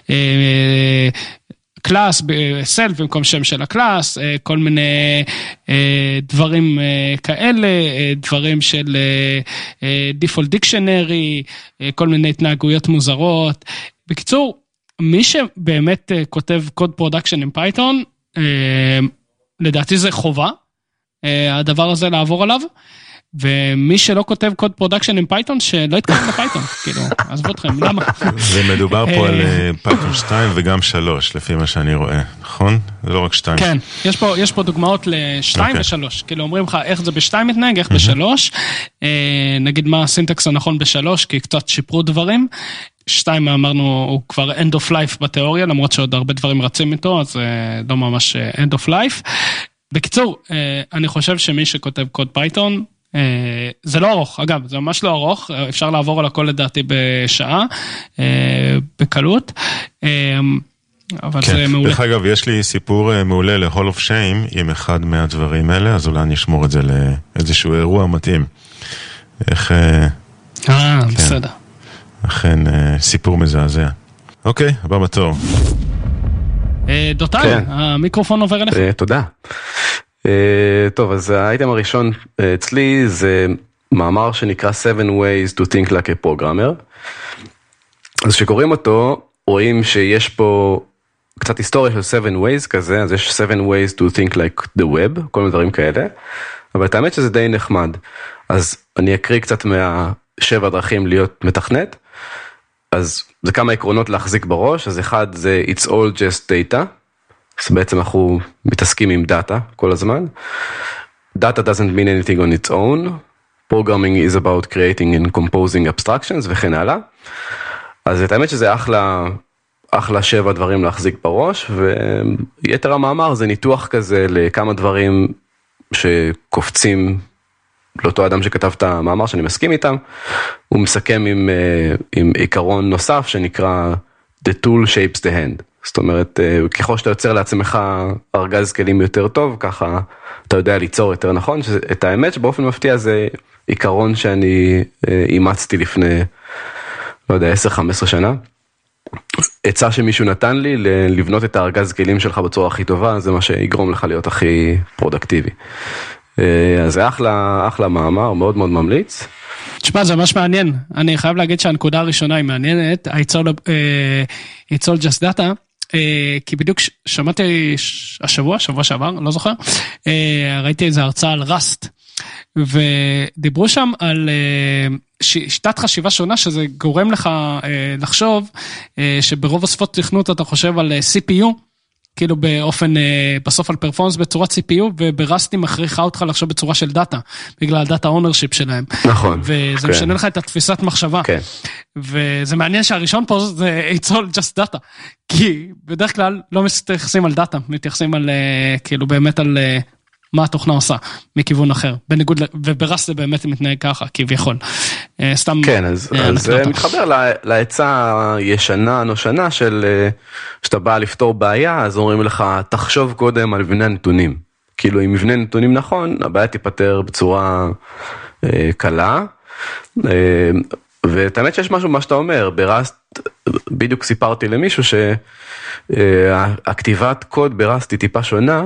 הקלאס, סלף במקום שם של הקלאס, כל מיני דברים כאלה, דברים של דיפולט דיקשנרי, כל מיני התנהגויות מוזרות. בקיצור, מי שבאמת כותב קוד פרודקשן עם פייתון, לדעתי זה חובה, הדבר הזה לעבור עליו, ומי שלא כותב קוד פרודקשן עם פייתון, שלא יתקרב לפייתון, כאילו, עזבו אתכם, למה? זה מדובר פה על פייתון שתיים וגם שלוש, לפי מה שאני רואה, נכון? זה לא רק שתיים. כן, יש פה, יש פה דוגמאות לשתיים ושלוש, כאילו אומרים לך איך זה בשתיים מתנהג, איך בשלוש, נגיד מה הסינטקס הנכון בשלוש, כי קצת שיפרו דברים, שתיים אמרנו הוא כבר end of life בתיאוריה, למרות שעוד הרבה דברים רצים איתו, אז לא ממש end of life. בקיצור, אני חושב שמי שכותב קוד פייתון, זה לא ארוך, אגב, זה ממש לא ארוך, אפשר לעבור על הכל לדעתי בשעה, בקלות, אבל זה מעולה. דרך אגב, יש לי סיפור מעולה ל-Hall of Shame עם אחד מהדברים האלה, אז אולי אני אשמור את זה לאיזשהו אירוע מתאים. איך... אה, בסדר. אכן, סיפור מזעזע. אוקיי, הבא בתור. דותן, המיקרופון עובר אליך. תודה. טוב, אז האייטם הראשון אצלי זה מאמר שנקרא seven ways to think like a programmer. אז שקוראים אותו, רואים שיש פה קצת היסטוריה של seven ways כזה, אז יש seven ways to think like the web, כל מיני דברים כאלה, אבל את האמת שזה די נחמד. אז אני אקריא קצת מהשבע דרכים להיות מתכנת, אז זה כמה עקרונות להחזיק בראש, אז אחד זה it's all just data, אז בעצם אנחנו מתעסקים עם דאטה כל הזמן. Data doesn't mean anything on its own, programming is about creating and composing abstractions וכן הלאה. אז את האמת שזה אחלה, אחלה שבע דברים להחזיק בראש, ויתר המאמר זה ניתוח כזה לכמה דברים שקופצים לאותו אדם שכתב את המאמר שאני מסכים איתם, הוא מסכם עם, עם עיקרון נוסף שנקרא The tool shapes the hand. זאת אומרת, ככל שאתה יוצר לעצמך ארגז כלים יותר טוב, ככה אתה יודע ליצור יותר נכון, את האמת שבאופן מפתיע זה עיקרון שאני אימצתי לפני, לא יודע, עשר חמש עשרה שנה. עצה שמישהו נתן לי לבנות את הארגז כלים שלך בצורה הכי טובה, זה מה שיגרום לך להיות הכי פרודקטיבי. אז זה אחלה, אחלה מאמר, מאוד מאוד ממליץ. תשמע, זה ממש מעניין. אני חייב להגיד שהנקודה הראשונה היא מעניינת, It's all, uh, it's all just data, uh, כי בדיוק שמעתי השבוע, שבוע שעבר, לא זוכר, uh, ראיתי איזו הרצאה על ראסט, ודיברו שם על uh, שיטת חשיבה שונה, שזה גורם לך uh, לחשוב, uh, שברוב השפות תכנות אתה חושב על uh, סי פי יו, כאילו באופן, בסוף על פרפורמנס בצורת סי פי יו, וברסטי מכריחה אותך לחשוב בצורה של דאטה, בגלל דאטה אונרשיפ שלהם. נכון. וזה כן. משנה לך את התפיסת מחשבה. כן. וזה מעניין שהראשון פה זה it's all just data, כי בדרך כלל לא מתייחסים על דאטה, מתייחסים על, כאילו באמת על מה התוכנה עושה, מכיוון אחר. בניגוד, וברסט זה באמת מתנהג ככה, כביכול. סתם... כן, אז, אז זה מתחבר להצעה ישנה, נושנה, של שאתה בא לפתור בעיה, אז אומרים לך, תחשוב קודם על מבנה נתונים. כאילו, אם מבנה נתונים נכון, הבעיה תיפטר בצורה אה, קלה. אה, ואת האמת שיש משהו מה שאתה אומר, ברסט, בדיוק סיפרתי למישהו שהכתיבת קוד ברסט היא טיפה שונה,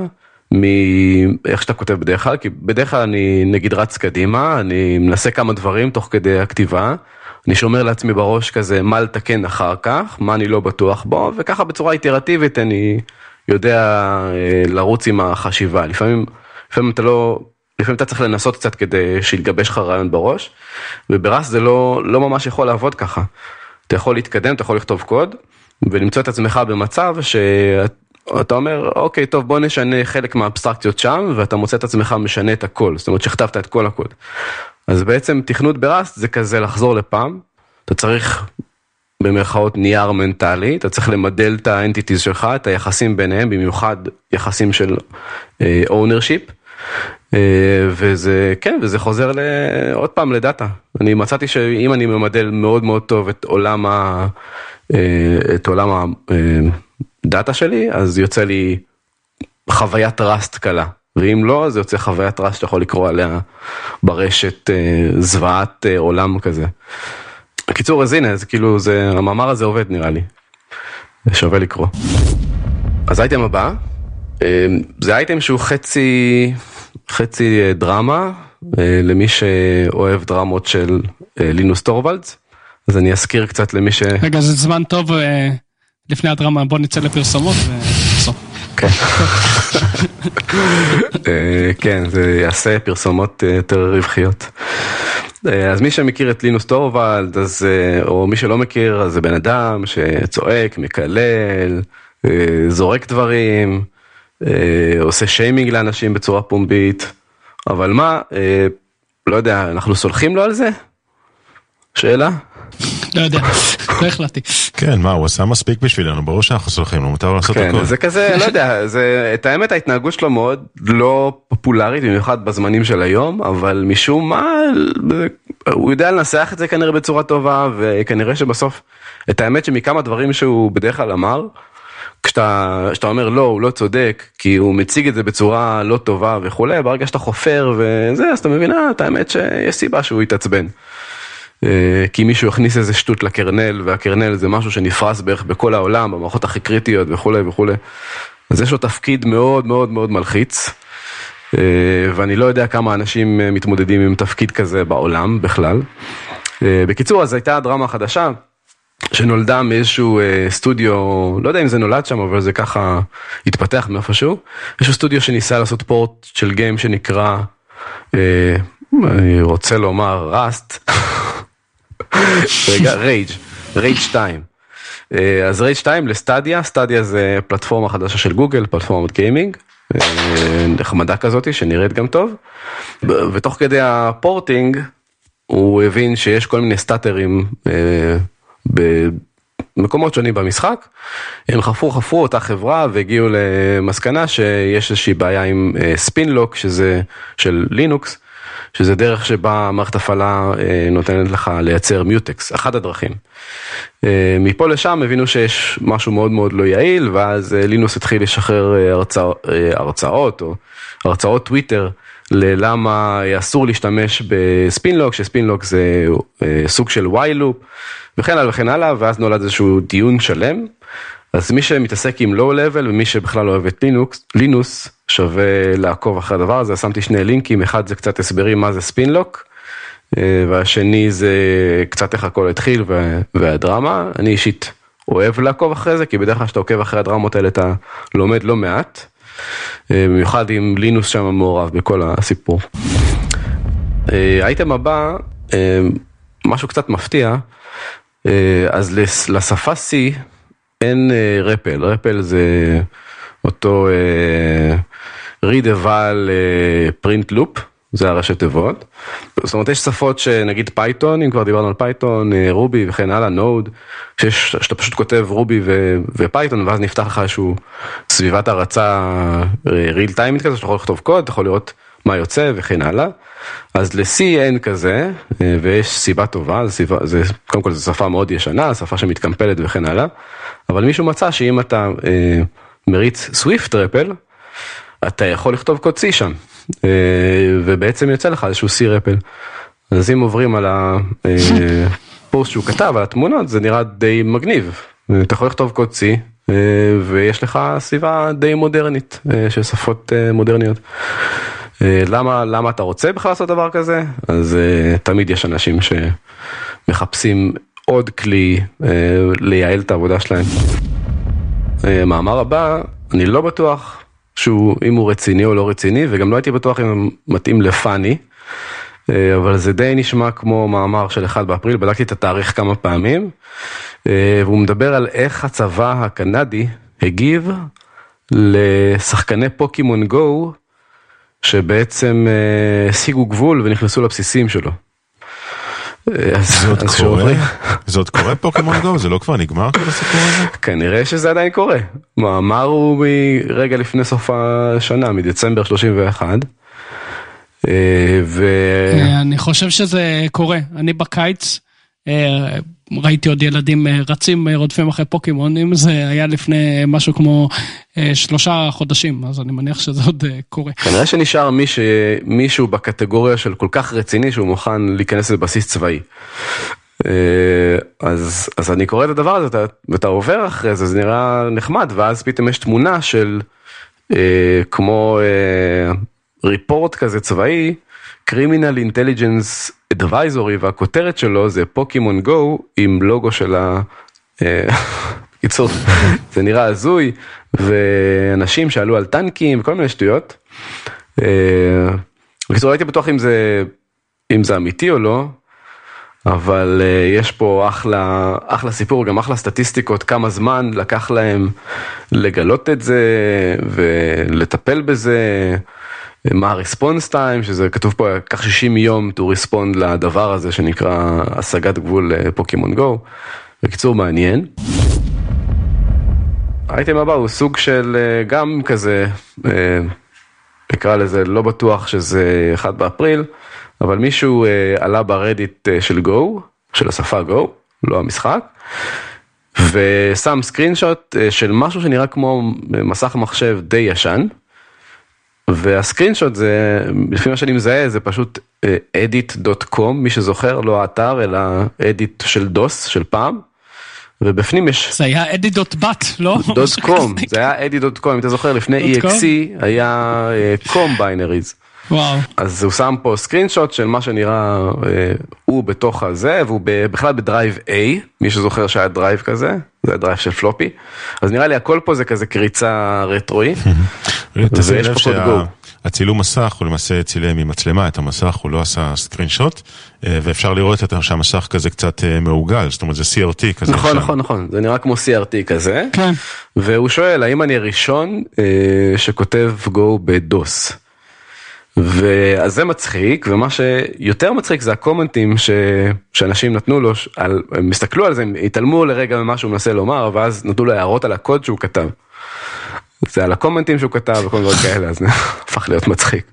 מאיך שאתה כותב בדרך כלל, כי בדרך כלל אני נגיד רץ קדימה, אני מנסה כמה דברים תוך כדי הכתיבה, אני שומר לעצמי בראש כזה מה לתקן אחר כך, מה אני לא בטוח בו, וככה בצורה איטרטיבית אני יודע לרוץ עם החשיבה. לפעמים, לפעמים אתה לא, לפעמים אתה צריך לנסות קצת כדי שיתגבש לך רעיון בראש, וברס זה לא, לא ממש יכול לעבוד ככה. אתה יכול להתקדם, אתה יכול לכתוב קוד, ולמצוא את עצמך במצב שאתה אומר, אוקיי, טוב, בוא נשנה חלק מהאבסטרקציות שם, ואתה מוצא את עצמך משנה את הכל, זאת אומרת שכתבת את כל הקוד. אז בעצם תכנות בראסט זה כזה לחזור לפעם, אתה צריך במרכאות נייר מנטלי, אתה צריך למדל את האנטיטיז שלך, את היחסים ביניהם, במיוחד יחסים של ownership, וזה, כן, וזה חוזר עוד פעם לדאטה. אני מצאתי שאם אני ממדל מאוד מאוד טוב את עולם ה... את עולם הדאטה שלי, אז יוצא לי חוויית ראסט קלה. ואם לא, זה יוצא חוויית ראסט שאתה יכול לקרוא עליה ברשת זוועת עולם כזה. בקיצור, אז הנה, זה כאילו, זה, המאמר הזה עובד נראה לי. שווה לקרוא. אז האייטם הבא, זה אייטם שהוא חצי, חצי דרמה, למי שאוהב דרמות של לינוס טורבלדס. אז אני אזכיר קצת למי ש... רגע, זה זמן טוב לפני הדרמה, בוא נצא לפרסומות ובסוף. כן. כן, זה יעשה פרסומות יותר רווחיות. אז מי שמכיר את לינוס טורבלד, אז, או מי שלא מכיר, אז זה בן אדם שצועק, מקלל, זורק דברים, עושה שיימינג לאנשים בצורה פומבית, אבל מה, לא יודע, אנחנו סולחים לו על זה? שאלה? לא יודע, לא החלטתי. כן, מה, הוא עשה מספיק בשבילנו, ברור שאנחנו סולחים לו, מותר לעשות הכל. כן, זה כזה, לא יודע, זה, את האמת ההתנהגות שלו מאוד לא פופולרית, במיוחד בזמנים של היום, אבל משום מה, הוא יודע לנסח את זה כנראה בצורה טובה, וכנראה שבסוף, את האמת שמכמה דברים שהוא בדרך כלל אמר, כשאתה, כשאתה אומר לא, הוא לא צודק, כי הוא מציג את זה בצורה לא טובה וכולי, ברגע שאתה חופר וזה, אז אתה מבין, את האמת שיש סיבה שהוא יתעצבן. כי מישהו הכניס איזה שטות לקרנל, והקרנל זה משהו שנפרס בערך בכל העולם, במערכות הכי קריטיות וכולי וכולי. אז יש לו תפקיד מאוד מאוד מאוד מלחיץ, ואני לא יודע כמה אנשים מתמודדים עם תפקיד כזה בעולם בכלל. בקיצור, אז הייתה דרמה חדשה, שנולדה מאיזשהו סטודיו, לא יודע אם זה נולד שם, אבל זה ככה התפתח מאיפשהו. איזשהו סטודיו שניסה לעשות פורט של גיים שנקרא, אני רוצה לומר, ראסט, רגע, רייג', רייג' שתיים. אז רייג' שתיים לסטדיה, סטדיה זה פלטפורמה חדשה של גוגל, פלטפורמת גיימינג, נחמדה כזאת שנראית גם טוב, ותוך כדי הפורטינג, הוא הבין שיש כל מיני סטאטרים במקומות שונים במשחק, הם חפרו חפרו אותה חברה והגיעו למסקנה שיש איזושהי בעיה עם ספינלוק, שזה של לינוקס, שזה דרך שבה מערכת הפעלה נותנת לך לייצר מיוטקס, אחת הדרכים. מפה לשם הבינו שיש משהו מאוד מאוד לא יעיל, ואז לינוס התחיל לשחרר הרצא, הרצאות או הרצאות טוויטר, ללמה אסור להשתמש בספינלוק, שספינלוק זה סוג של while loop, וכן הלאה וכן הלאה, ואז נולד איזשהו דיון שלם. אז מי שמתעסק עם low level, ומי שבכלל אוהב את לינוקס, לינוס, שווה לעקוב אחרי הדבר הזה. שמתי שני לינקים, אחד זה קצת הסברים מה זה ספינלוק, והשני זה קצת איך הכל התחיל והדרמה. אני אישית אוהב לעקוב אחרי זה, כי בדרך כלל שאתה עוקב אחרי הדרמות האלה, אתה לומד לא מעט, במיוחד עם לינוס שם מעורב בכל הסיפור. האייטם הבא, משהו קצת מפתיע, אז לשפה C אין רפל, רפל זה אותו read eval print loop, זה הראשי תיבות. זאת אומרת, יש שפות שנגיד פייתון, אם כבר דיברנו על פייתון, רובי וכן הלאה, נוד, שיש, שאתה פשוט כותב רובי ופייתון, ואז נפתח לך איזשהו סביבת הרצה real time כזה, שאתה יכול לכתוב קוד, אתה יכול לראות מה יוצא וכן הלאה. אז ל-C אין כזה, ויש סיבה טובה, זה, זה, קודם כל זו שפה מאוד ישנה, שפה שמתקמפלת וכן הלאה, אבל מישהו מצא שאם אתה אה, מריץ סוויפט רפל, אתה יכול לכתוב קוד C שם, אה, ובעצם יוצא לך איזשהו C רפל. אז אם עוברים על הפוסט שהוא כתב, על התמונות, זה נראה די מגניב. אתה יכול לכתוב קוד C, ויש לך סביבה די מודרנית של שפות מודרניות. למה, למה אתה רוצה בכלל לעשות דבר כזה? אז תמיד יש אנשים שמחפשים עוד כלי לייעל את העבודה שלהם. מאמר הבא, אני לא בטוח שהוא, אם הוא רציני או לא רציני, וגם לא הייתי בטוח אם הוא מתאים לפאני, אבל זה די נשמע כמו מאמר של אחד באפריל, בדקתי את התאריך כמה פעמים, והוא מדבר על איך הצבא הקנדי הגיב לשחקני פוקימון גו, שבעצם השיגו גבול ונכנסו לבסיסים שלו. זה עוד קורה? זה עוד קורה פוקימון גו? זה לא כבר נגמר כל הסיפור הזה? כנראה שזה עדיין קורה. מאמר הוא מרגע לפני סוף השנה, מדצמבר שלושים ואחת. אני חושב שזה קורה. אני בקיץ ראיתי עוד ילדים רצים רודפים אחרי פוקימון, אם זה היה לפני משהו כמו שלושה חודשים, אז אני מניח שזה עוד קורה. כנראה שנשאר מישהו בקטגוריה של כל כך רציני שהוא מוכן להיכנס לבסיס צבאי. אז, אז אני קורא את הדבר הזה, ואתה עובר אחרי זה, זה נראה נחמד, ואז פתאום יש תמונה של כמו ריפורט כזה צבאי, Criminal Intelligence Advisory, והכותרת שלו זה פוקימון גו עם לוגו של ה... קיצור, זה נראה הזוי, ואנשים שעלו על טנקים וכל מיני שטויות. בקיצור, הייתי בטוח אם זה, אם זה אמיתי או לא, אבל יש פה אחלה, אחלה סיפור, גם אחלה סטטיסטיקות, כמה זמן לקח להם לגלות את זה ולטפל בזה, מה ה-response time, שזה כתוב פה, כך שישים יום to respond לדבר הזה שנקרא השגת גבול פוקימון גו. בקיצור, מעניין. האייטם הבא הוא סוג של גם כזה, נקרא לזה, לא בטוח שזה אחד באפריל, אבל מישהו עלה ברדיט של גו, של השפה גו, לא המשחק, ושם סקרינשוט של משהו שנראה כמו מסך מחשב די ישן, והסקרינשוט זה, לפי מה שאני מזהה, זה פשוט אדיט דוט קום, מי שזוכר, לא האתר, אלא אדיט של דוס, של פעם, ובפנים יש... זה היה אדיט דוט בת, לא? דוט קום, זה היה אדיט דוט קום, אם אתה זוכר, לפני אי אקס אי היה קום ביינריז. וואו. אז הוא שם פה סקרינשוט של מה שנראה, הוא בתוך הזה, והוא בכלל בדרייב A, מי שזוכר שהיה דרייב כזה, זה היה דרייב של פלופי, אז נראה לי הכל פה זה כזה קריצה רטרואי, ויש פה קוד גו. הצילום מסך הוא למעשה צילם ממצלמה את המסך, הוא לא עשה סקרינשוט, ואפשר לראות שהמסך כזה קצת מעוגל, זאת אומרת זה סי אר טי כזה. נכון, נכון, נכון, זה נראה כמו סי אר טי כזה, כן. והוא שואל, האם אני הראשון שכותב גו בדוס? ואז זה מצחיק, ומה שיותר מצחיק זה הקומנטים ש... שאנשים נתנו לו, על... הם הסתכלו על זה, הם התעלמו לרגע ממה שהוא מנסה לומר, ואז נתנו לו הערות על הקוד שהוא כתב. זה על הקומנטים שהוא כתב וכל דבר כאלה, אז הפך להיות מצחיק.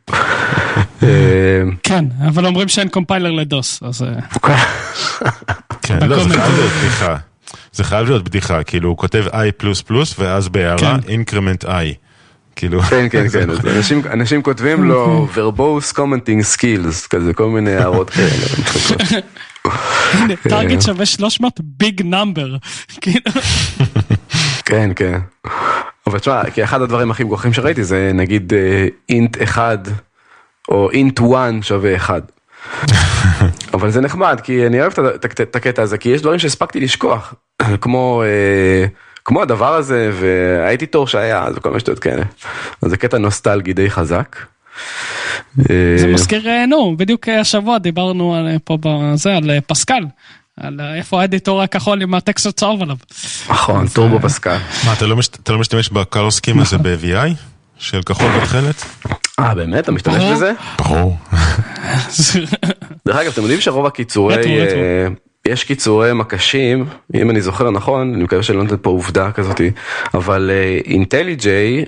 כן, אבל אומרים שאין קומפיילר לדוס, אז... כן, לא, זה חייב להיות בדיחה. זה חייב להיות בדיחה, כאילו הוא כותב I++, ואז בהערה increment I. כן, כן, כן, אנשים, אנשים כותבים לו verbose commenting skills, כזה כל מיני הערות כאלה. הנה, טארגט שווה שלוש מאות ביג נאמבר. כן, כן. אבל תשמע, כי אחד הדברים הכי מגוחכים שראיתי זה נגיד int אחד, או int one שווה אחד. אבל זה נחמד, כי אני אוהב את הקטע הזה, כי יש דברים שהספקתי לשכוח, כמו... כמו הדבר הזה, והייתי תור שהיה, אז וכל מה שטויות כאלה. אז זה קטע נוסטלגי די חזק. זה מזכיר, נו, בדיוק השבוע דיברנו פה בזה, על פסקל, על איפה האדיטור הכחול עם הטקסט הצהוב עליו. נכון, טורבו פסקל. מה, אתה לא משתמש בקלר סקים הזה ב-וי איי? של כחול בתכלת? אה, באמת? אתה משתמש בזה? ברור. דרך אגב, אתם יודעים שרוב הקיצורי... יש קיצורי מקשים, אם אני זוכר נכון, אני מקווה שלא נתת פה עובדה כזאת, אבל IntelliJ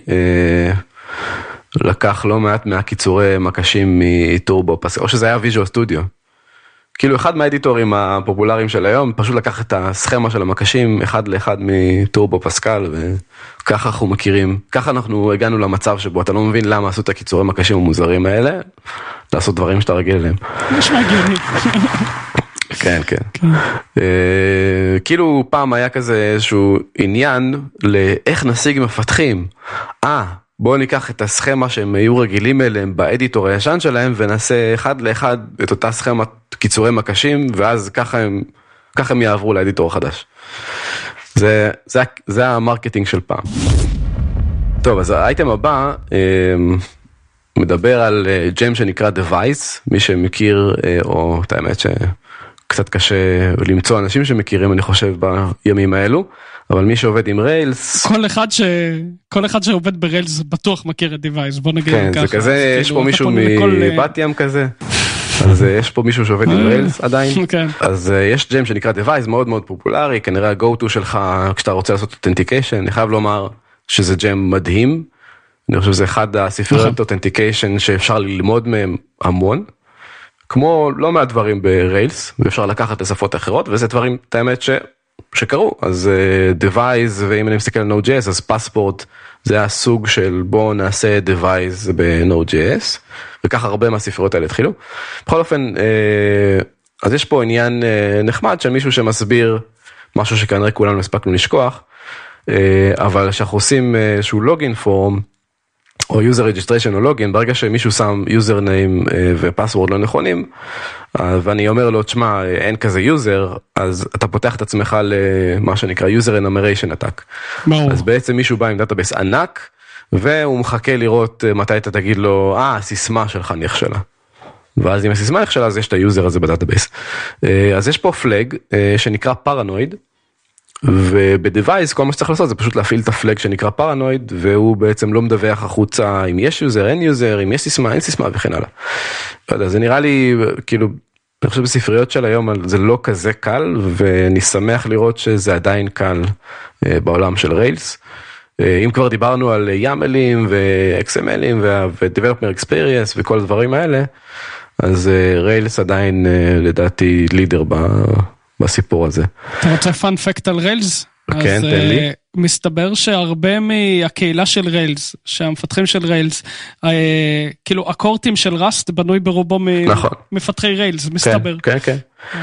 לקח לא מעט מהקיצורי מקשים מטורבו פסקל, או שזה היה ויז'ואל סטודיו. כאילו אחד מהאדיטורים הפופולריים של היום, פשוט לקח את הסכמה של המקשים אחד לאחד מטורבו פסקל, וככה אנחנו מכירים, ככה אנחנו הגענו למצב שבו אתה לא מבין למה עשו את הקיצורי מקשים המוזרים האלה, לעשות דברים שאתה רגיל אליהם. נשמע הגיוני. כן, כן. כאילו פעם היה כזה איזשהו עניין לאיך נשיג מפתחים. אה, בואו ניקח את הסכמה שהם היו רגילים אליהם באדיטור הישן שלהם, ונעשה אחד לאחד את אותה סכמת קיצורי מקשים, ואז ככה הם, ככה הם יעברו לאדיטור החדש. זה, זה, זה המרקטינג של פעם. טוב, אז האייטם הבא מדבר על ג'ם שנקרא Device, מי שמכיר, או את האמת שקצת קשה למצוא אנשים שמכירים, אני חושב, בימים האלו, אבל מי שעובד עם ריילס... כל אחד, ש... כל אחד שעובד בריילס בטוח מכיר את Device, בוא נגיד כן, ככה. זה כזה, יש פה מישהו מבת ים כזה, אז יש פה מישהו שעובד עם ריילס עדיין, אז יש ג'ם שנקרא Device, מאוד מאוד פופולרי, כנראה ה-go-to שלך כשאתה רוצה לעשות אותנטיקיישן, אני חייב לומר שזה ג'ם מדהים, אני חושב שזה אחד הספריות אותנטיקיישן שאפשר ללמוד מהם המון, כמו לא מעט דברים בריילס, ואפשר לקחת לשפות אחרות, וזה דברים, את האמת ש... שקרו, אז uh, Device, ואם אני מסתכל על Node.js, אז Passport, זה הסוג של בוא נעשה Device ב-Node.js, וככה הרבה מהספריות האלה התחילו. בכל אופן, uh, אז יש פה עניין uh, נחמד של מישהו שמסביר משהו שכנראה כולנו הספקנו לשכוח, uh, אבל שאנחנו עושים איזשהו לוגין פורם, או user registration או לוגין, ברגע שמישהו שם username ופסוורד לא נכונים, ואני אומר לו, תשמע, אין כזה user, אז אתה פותח את עצמך למה שנקרא user enumeration attack. ברור. אז בעצם מישהו בא עם דאטאבייס ענק, והוא מחכה לראות מתי אתה תגיד לו, אה, הסיסמה שלך נכשלה. ואז אם הסיסמה נכשלה, אז יש את היוזר הזה בדאטאבייס. אז יש פה פלג שנקרא פרנויד, ובדיווייס כל מה שצריך לעשות זה פשוט להפעיל את הפלג שנקרא פרנויד, והוא בעצם לא מדווח החוצה אם יש יוזר, אין יוזר, אם יש סיסמה, אין סיסמה וכן הלאה. לא יודע, זה נראה לי, כאילו, אני חושב בספריות של היום זה לא כזה קל, ואני שמח לראות שזה עדיין קל בעולם של ריילס. אם כבר דיברנו על יאמלים ו-אקס אם אל'ים ו-Developer Experience וכל הדברים האלה, אז ריילס עדיין לדעתי לידר ב... בסיפור הזה. אתה רוצה פאנ פקט על ריילס? כן, תן לי. מסתבר שהרבה מהקהילה של ריילס, שהמפתחים של ריילס, כאילו הקורטים של ראסט בנוי ברובו ממפתחי ריילס, מסתבר. כן, כן.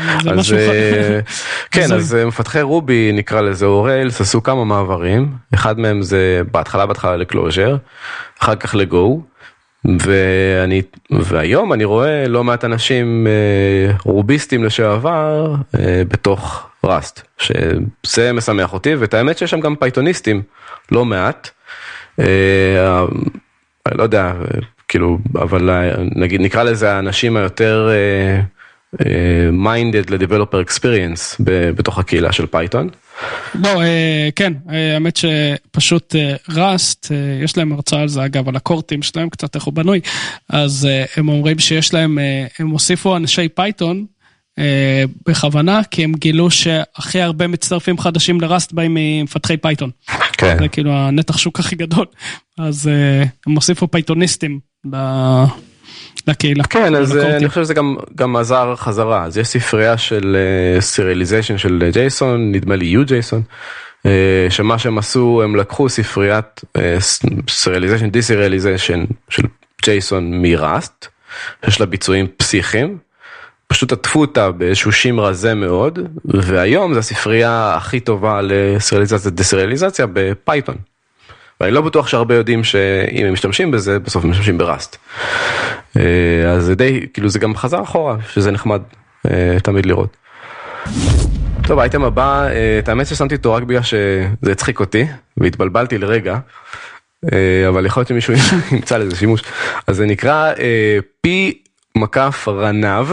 כן, אז מפתחי רובי נקרא לזה או ריילס, עשו כמה מעברים, אחד מהם זה בהתחלה בהתחלה לקלוז'ר, אחר כך לגו, ואני, והיום אני רואה לא מעט אנשים רוביסטים לשעבר בתוך ראסט, שזה משמח אותי, ואת האמת שיש שם גם פייתוניסטים לא מעט, אני לא יודע, כאילו, אבל נגיד נקרא לזה האנשים היותר מיינדד ל-Developer Experience בתוך הקהילה של פייתון. לא, כן, האמת שפשוט ראסט, יש להם הרצאה על זה אגב, על הקורטים שלהם, קצת איך הוא בנוי, אז הם אומרים שיש להם, הם הוסיפו אנשי פייתון בכוונה, כי הם גילו שהכי הרבה מצטרפים חדשים לראסט באים ממפתחי פייתון. כן. זה כאילו הנתח שוק הכי גדול, אז הם הוסיפו פייתוניסטים ל... לקהילה. כן, אז אני חושב שזה גם, גם עזר חזרה. אז יש ספרייה של סריאליזיישן של ג'ייסון, נדמה לי יו ג'ייסון, שמה שהם עשו, הם לקחו ספריית סריאליזיישן, דיסריאליזיישן של ג'ייסון מראסט, שיש לה ביצועים פסיכיים, פשוט עטפו אותה באיזשהו שם רזה מאוד, והיום זו הספרייה הכי טובה לסריאליזציה, דיסריאליזציה בפייתון. ואני לא בטוח שהרבה יודעים שאם הם משתמשים בזה, בסוף הם משתמשים בראסט. אז זה די, כאילו זה גם חזר אחורה, שזה נחמד תמיד לראות. טוב, האייטם הבא, את האמת ששמתי אותו רק בגלל שזה הצחיק אותי, והתבלבלתי לרגע, אבל יכול להיות שמישהו ימצא לזה שימוש. אז זה נקרא פי מקף רנב,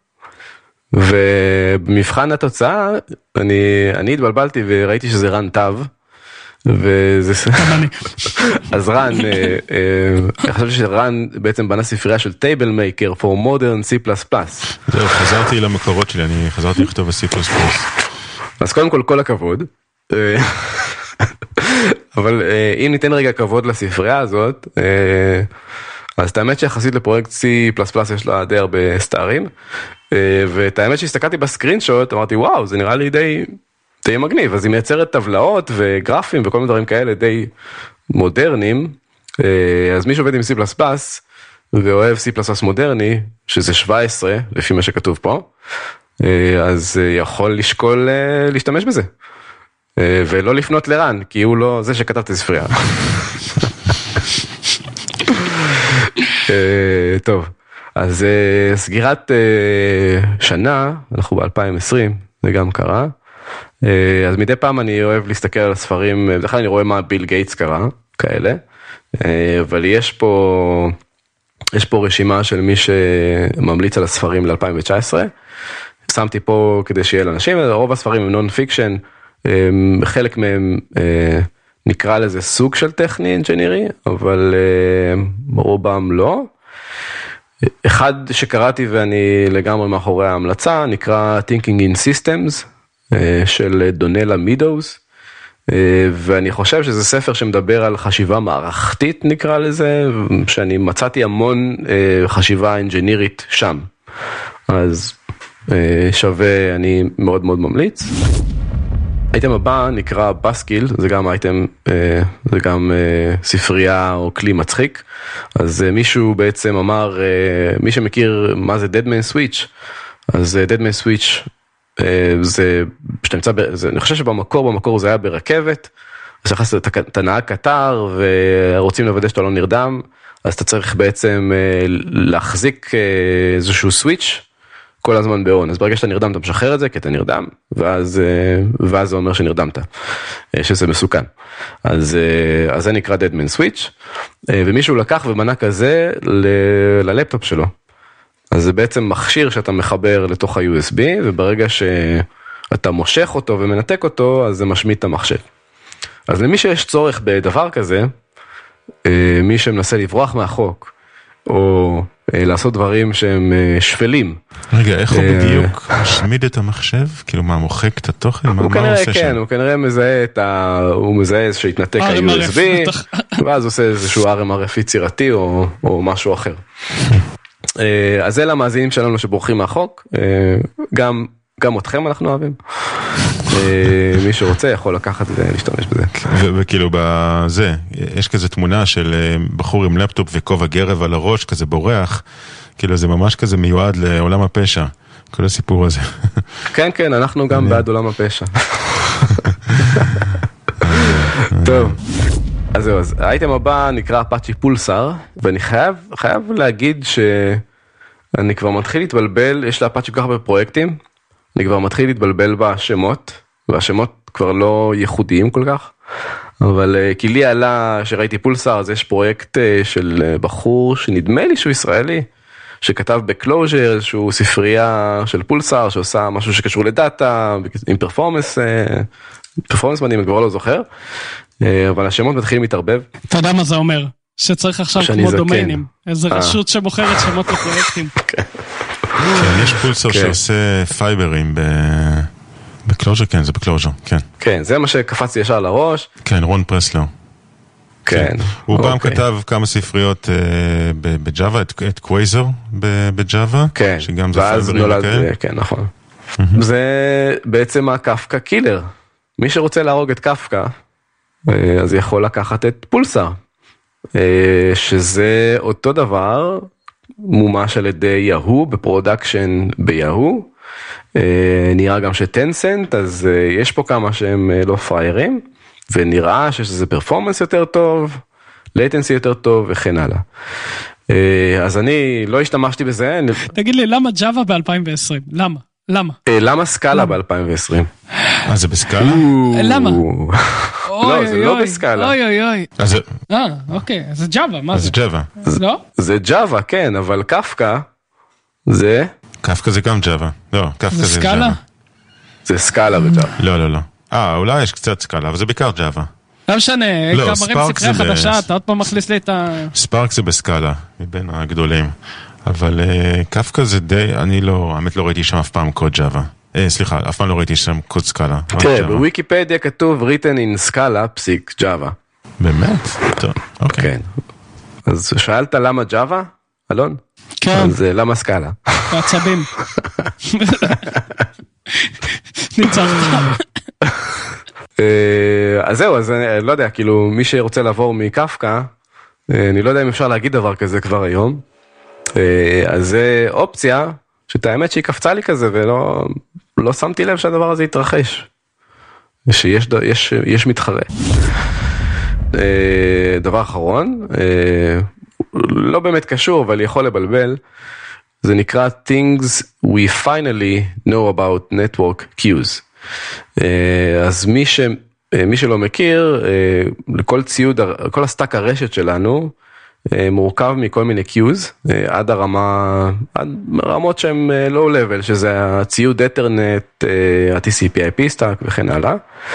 ובמבחן התוצאה, אני, אני התבלבלתי וראיתי שזה רן תו, וזה... אז רן, אני חושב שרן בעצם בנה ספרייה של טייבל מייקר for modern C++. זהו, חזרתי למקורות שלי, אני חזרתי לכתוב ב-C++. אז קודם כל, כל הכבוד. אבל אם ניתן רגע כבוד לספרייה הזאת, אז את האמת שיחסית לפרויקט C++ יש לה די הרבה סטארים, ואת האמת שהסתכלתי בסקרין שוט, אמרתי וואו, זה נראה לי די... די מגניב, אז היא מייצרת טבלאות וגרפים וכל מיני דברים כאלה די מודרניים, אז מי שעובד עם C++ ואוהב C++ מודרני, שזה שבע עשרה, לפי מה שכתוב פה, אז יכול לשקול להשתמש בזה. ולא לפנות לרן, כי הוא לא זה שכתב את הספרייה. טוב, אז סגירת שנה, אנחנו ב-אלפיים עשרים, זה גם קרה. אז מדי פעם אני אוהב להסתכל על הספרים, בדרך כלל אני רואה מה ביל גייטס קרה, כאלה. אבל יש פה, יש פה רשימה של מי שממליץ על הספרים ל-אלפיים תשע עשרה. שמתי פה כדי שיהיה לאנשים, רוב הספרים הם נון פיקשן, חלק מהם נקרא לזה סוג של טכני אינג'ינירי, אבל רובם לא. אחד שקראתי ואני לגמרי מאחורי ההמלצה, נקרא Thinking in Systems של דונלה מידאוס, ואני חושב שזה ספר שמדבר על חשיבה מערכתית נקרא לזה, שאני מצאתי המון חשיבה אינג'ינירית שם, אז שווה, אני מאוד מאוד ממליץ. האייטם הבא נקרא בסקיל, זה גם אייטם, זה גם ספרייה או כלי מצחיק, אז מישהו בעצם אמר, מי שמכיר מה זה Dead Man Switch, אז Dead Man Switch זה, שאתה נמצא, אני חושב שבמקור, במקור זה היה ברכבת, אז נכנס את הנהג קטר ורוצים לוודא שאתה לא נרדם, אז אתה צריך בעצם להחזיק איזשהו סוויץ' כל הזמן באון, אז ברגע שאתה נרדם אתה משחרר את זה, כי אתה נרדם, ואז, ואז זה אומר שנרדמת, שזה מסוכן. אז, אז זה נקרא Dead Man Switch, ומישהו לקח ומנה כזה ל- ללפטופ שלו. אז זה בעצם מכשיר שאתה מחבר לתוך ה-יו אס בי, וברגע שאתה מושך אותו ומנתק אותו, אז זה משמיט את המחשב. אז למי שיש צורך בדבר כזה, מי שמנסה לברוח מהחוק, או לעשות דברים שהם שפלים. רגע, איך הוא בדיוק משמיד את המחשב? כאילו מה, מוחק את התוכן? מה הוא עושה שם? כן, הוא כנראה מזהה את ה... הוא מזהה שהתנתק ה-יו אס בי, ואז עושה איזשהו אר אם אר אף יצירתי או משהו אחר. אז זה למאזינים שלנו שבורחים מהחוק, גם, גם אתכם אנחנו אוהבים. מי שרוצה יכול לקחת ולהשתמש בזה. וכאילו בזה, יש כזה תמונה של בחור עם לפטופ וכובע גרב על הראש, כזה בורח, כאילו זה ממש כזה מיועד לעולם הפשע, כל הסיפור הזה. כן, כן, אנחנו גם בעד עולם הפשע. טוב. אז זהו, אז האייטם הבא נקרא אפאצ'י פולסר, ואני חייב, חייב להגיד שאני כבר מתחיל להתבלבל, יש לאפאצ'י כל כך הרבה פרויקטים, אני כבר מתחיל להתבלבל בשמות, והשמות כבר לא ייחודיים כל כך, אבל כי לי עלה שראיתי פולסר, אז יש פרויקט של בחור שנדמה לי שהוא ישראלי, שכתב בקלוז'ר איזשהו ספרייה של פולסר, שעושה משהו שקשור לדאטה, עם פרפורמנס, פרפורמנס מדהים, אני כבר לא זוכר, אבל השמות מתחילים להתערבב. אתה יודע מה זה אומר? שצריך עכשיו כמו דומיינים. איזה רשות שמוכרת שמות לפרויקטים. כן, יש פולסר שעושה פייברים בקלוז'ר, כן, זה בקלוז'ר, כן. כן, זה מה שקפצתי ישר לראש. כן, רון פרסלר. כן. הוא פעם כתב כמה ספריות בג'אווה, את קווייזר בג'אווה. כן, ואז נולד, כן, נכון. זה בעצם הקפקא קילר. מי שרוצה להרוג את קפקא, אז יכול לקחת את פולסר, שזה אותו דבר, מומש על ידי יהו, בפרודקשן ביהו, נראה גם שטנסנט, אז יש פה כמה שהם לא פריירים, ונראה שיש איזה פרפורמנס יותר טוב, לייטנסי יותר טוב וכן הלאה. אז אני לא השתמשתי בזה. תגיד לי, למה ג'אווה ב-אלפיים ועשרים? למה? למה? למה סקאלה ב-אלפיים ועשרים? אה, זה בסקאלה? למה? לא, זה לא בסקאלה. אוי אוי אוי. אה, אוקיי, זה ג'אווה, מה זה? זה ג'אווה. לא? זה ג'אווה, כן, אבל קפקא זה... קפקא זה גם ג'אווה. לא, קפקא זה ג'אווה. זה סקאלה בג'אווה. לא, לא, לא. אה, אולי יש קצת סקאלה, אבל זה בעיקר ג'אווה. לא משנה, כבר מראים ספרייה חדשה, אתה עוד פעם מכניס לי את ה... ספארק זה בסקאלה, מבין הגדולים. אבל קפקא זה די, אני לא, האמת לא ראיתי שם אף פעם קוד ג'אווה. סליחה, אף פעם לא ראיתי שם קוד סקאלה. תראה, בוויקיפדיה כתוב written in סקאלה פסיק ג'אווה. באמת? טוב, אוקיי. כן. אז שאלת למה ג'אווה, אלון? כן. אז למה סקאלה? בעצבים. ניצחת. אז זהו, אז אני לא יודע, כאילו מי שרוצה לעבור מקפקא, אני לא יודע אם אפשר להגיד דבר כזה כבר היום, אז זה אופציה שאת האמת שהיא קפצה לי כזה, ולא לא שמתי לב שהדבר הזה יתרחש. שיש יש, יש מתחרה. דבר אחרון, לא באמת קשור, אבל יכול לבלבל, זה נקרא Things we finally know about network queues. אז מי, ש, מי שלא מכיר, לכל ציוד, כל הסטאק הרשת שלנו, מורכב מכל מיני queues, עד הרמה, עד רמות שהן low level, שזה הציוד אתרנט, ה-טי סי פי איי פי סטאק וכן הלאה.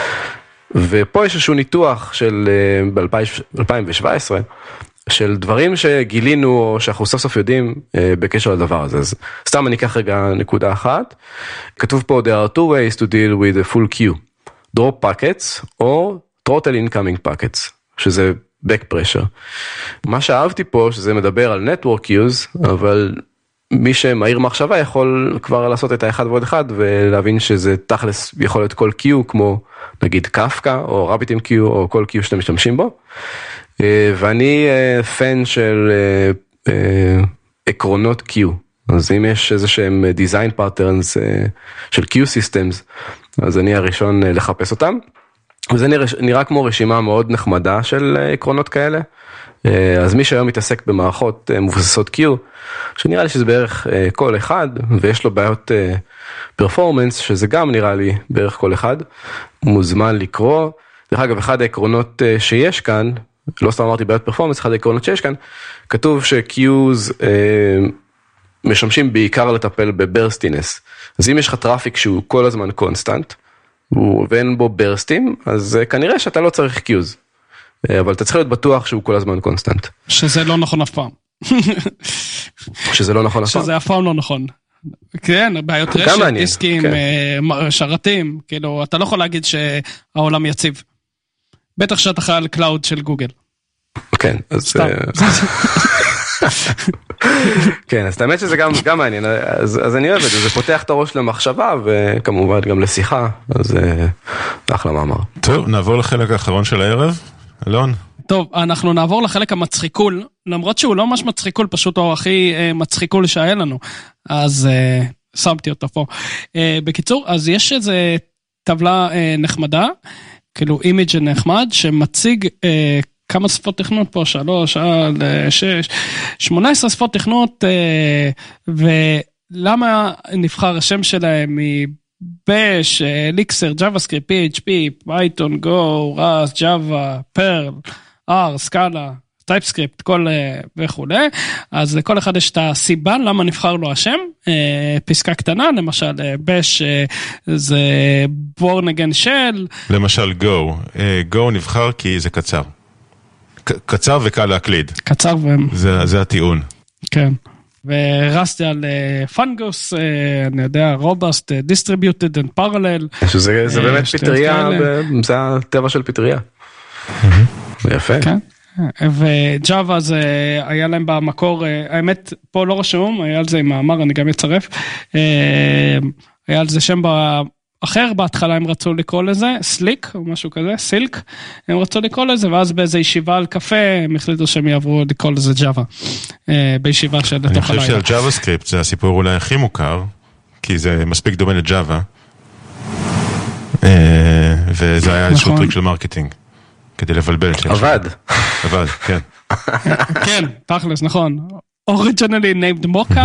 ופה יש איזשהו ניתוח של ב-אלפיים שבע עשרה, של דברים שגילינו, או שאנחנו סוף סוף יודעים בקשר לדבר הזה. אז סתם אני אקח רגע נקודה אחת. כתוב פה, there are two ways to deal with a full queue. drop packets, או throttle incoming packets, שזה back pressure. מה שאהבתי פה, שזה מדבר על network queues, אבל מי שמהיר מחשבה יכול כבר לעשות את האחד ועוד אחד, ולהבין שזה תכלס יכול להיות כל queue, כמו נגיד קפקא, או RabbitMQ, או כל queue שאתם משתמשים בו. ואני פן של עקרונות Q, אז אם יש איזה שהם design patterns של Q systems, אז אני הראשון לחפש אותם, וזה נראה, נראה כמו רשימה מאוד נחמדה של עקרונות כאלה, אז מי שהיום מתעסק במערכות מבוססות Q, שנראה לי שזה בערך כל אחד, ויש לו בעיות פרפורמנס, שזה גם נראה לי בערך כל אחד, מוזמן לקרוא. דרך אגב, אחד העקרונות שיש כאן, לא סתם אמרתי בעיות פרפורמנס, אחד העקרונות שיש כאן, כתוב ש-Qs אה, משמשים בעיקר לטפל בברסטינס. אז אם יש לך טראפיק שהוא כל הזמן קונסטנט, ואין בו ברסטים, אז אה, כנראה שאתה לא צריך Qs. אה, אבל אתה צריך להיות בטוח שהוא כל הזמן קונסטנט. שזה לא נכון אף פעם. שזה לא נכון אף פעם. שזה אף פעם לא נכון. כן, בעיות רשת, דיסקים, כן. אה, שרתים, כאילו, אתה לא יכול להגיד שהעולם יציב. בטח שאתה חייל קלאוד של גוגל. כן, אז... כן, אז האמת שזה גם, גם מעניין, אז, אז אני אוהב את זה, זה פותח את הראש למחשבה, וכמובן גם לשיחה, אז אחלה מאמר. טוב, נעבור לחלק האחרון של הערב, אלון. טוב, אנחנו נעבור לחלק המצחיקול, למרות שהוא לא ממש מצחיקול, פשוט הוא הכי מצחיקול שהיה לנו, אז שמתי אותו פה. בקיצור, אז יש איזה טבלה נחמדה, כאילו אימג' נחמד, שמציג אה, כמה שפות תכנות פה, שלוש, על שש, שמונה עשרה שפות תכנות, אה, ולמה נבחר השם שלהם מבש, אליקסר, JavaScript, פי אייץ' פי, Python, Go, Rust, Java, Perl, R, Scala, TypeScript, כל וכו'. אז לכל אחד יש את הסיבה למה נבחר לו השם, פסקה קטנה, למשל בש זה born again shell. למשל Go, Go נבחר כי זה קצר. קצר וקל להקליד. קצר ו... זה, זה הטיעון. כן. ורסתי על פנגוס, אני יודע, רובסט, distributed and parallel. שזה זה באמת פטריה, זה הטבע של פטריה. יפה. כן. וג'אווה זה היה להם במקור, האמת פה לא רשום, היה על זה מאמר, אני גם אצרף, היה על זה שם אחר, בהתחלה הם רצו לקרוא לזה, סליק או משהו כזה, סילק, הם רצו לקרוא לזה, ואז באיזו ישיבה על קפה, הם החליטו שהם יעברו לקרוא לזה ג'אווה, בישיבה של לתוך הלילה. אני חושב שעל JavaScript זה הסיפור אולי הכי מוכר, כי זה מספיק דומה לג'אווה, וזה היה איזשהו טריק של מרקטינג. כדי לבלבל. עבד. עבד, כן. כן, תכלס, נכון. Originally named Mocha,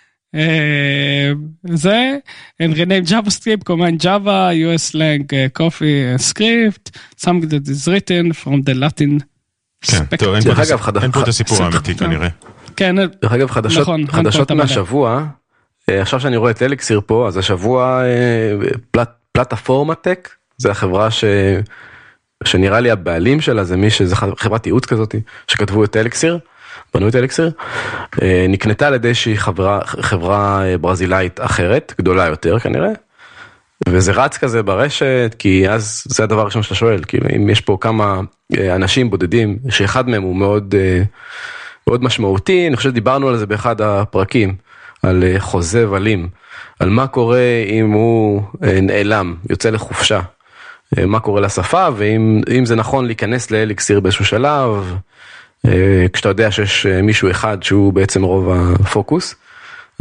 זה, and renamed JavaScript, command Java, U S slang, coffee script, something that is written from the Latin spectrum. טוב, אין פה את הסיפור האמיתי כנראה. כן, דרך אגב, חדשות מהשבוע, עכשיו שאני רואה את אליקסיר פה, אז השבוע פלטפורמה טק, זה החברה ש... שנראה לי הבעלים שלה, זה מי שזה חברת ייעוץ כזאת, שכתבו את אליקסיר, בנו את אליקסיר, נקנתה על ידי איזושהי חברה, חברה ברזילאית אחרת, גדולה יותר כנראה, וזה רץ כזה ברשת, כי אז זה הדבר הראשון שאתה שואל, כאילו אם יש פה כמה אנשים בודדים, שאחד מהם הוא מאוד, מאוד משמעותי, אני חושב שדיברנו על זה באחד הפרקים, על חוזה ולים, על מה קורה אם הוא נעלם, יוצא לחופשה, מה קורה לשפה, ואם זה נכון להיכנס לאליקסיר באיזשהו שלב, כשאתה יודע שיש מישהו אחד שהוא בעצם רוב הפוקוס,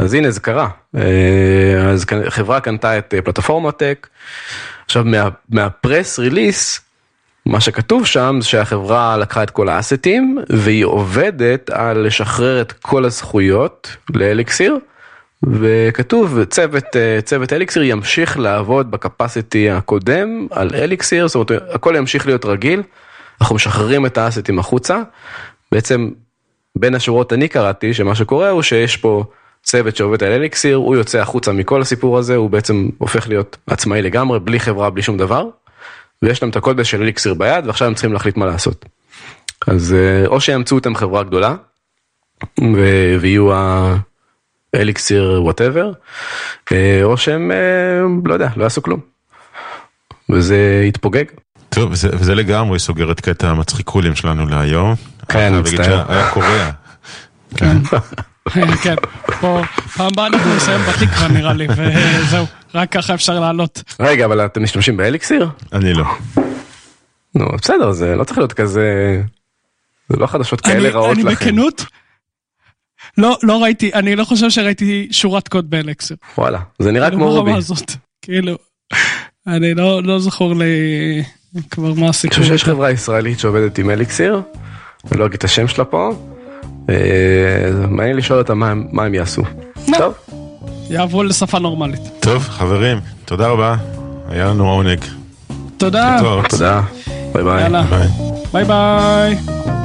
אז הנה זה קרה, אז חברה קנתה את פלטפורמטק, עכשיו מה, מהפרס ריליס, מה שכתוב שם זה שהחברה לקחה את כל האסטים, והיא עובדת על לשחרר את כל הזכויות לאליקסיר, וכתוב צוות, צוות אליקסיר ימשיך לעבוד בקפסיטי הקודם על אליקסיר, זאת אומרת הכל ימשיך להיות רגיל, אנחנו משחררים את האסטים החוצה, בעצם בין השורות אני קראתי שמה שקורה הוא שיש פה צוות שעובד על אליקסיר, הוא יוצא החוצה מכל הסיפור הזה, הוא בעצם הופך להיות עצמאי לגמרי, בלי חברה, בלי שום דבר, ויש להם את הקוד של אליקסיר ביד, ועכשיו הם צריכים להחליט מה לעשות. אז או שימצאו אותם חברה גדולה, ויהיו האליקסיר whatever, או שהם, לא יודע, לא יעשו כלום. וזה יתפוגג. טוב, וזה, וזה לגמרי סוגר את קטע המצחיקולים שלנו להיום. כן, מצטער. היה קורא. כן. כן, פה, פעם הבאה אנחנו נסיים בתקווה נראה לי, וזהו, רק ככה אפשר לעלות. רגע, אבל אתם משתמשים באליקסיר? אני לא. נו, בסדר, זה לא צריך להיות כזה, זה לא חדשות כאלה רעות לכם. אני בכנות, לא, לא ראיתי, אני לא חושב שראיתי שורת קוד באליקסיר. וואלה, זה נראה כמו רובי. כאילו, אני לא זכור לי כבר מה הסיפור. אני חושב שיש חברה ישראלית שעובדת עם אליקסיר, אני לא אגיד את השם שלה פה, מעניין לשאול אותם מה הם יעשו. טוב. יעברו לשפה נורמלית. טוב, חברים, תודה רבה. היה לנו עונג. תודה. תודה. ביי ביי. ביי ביי.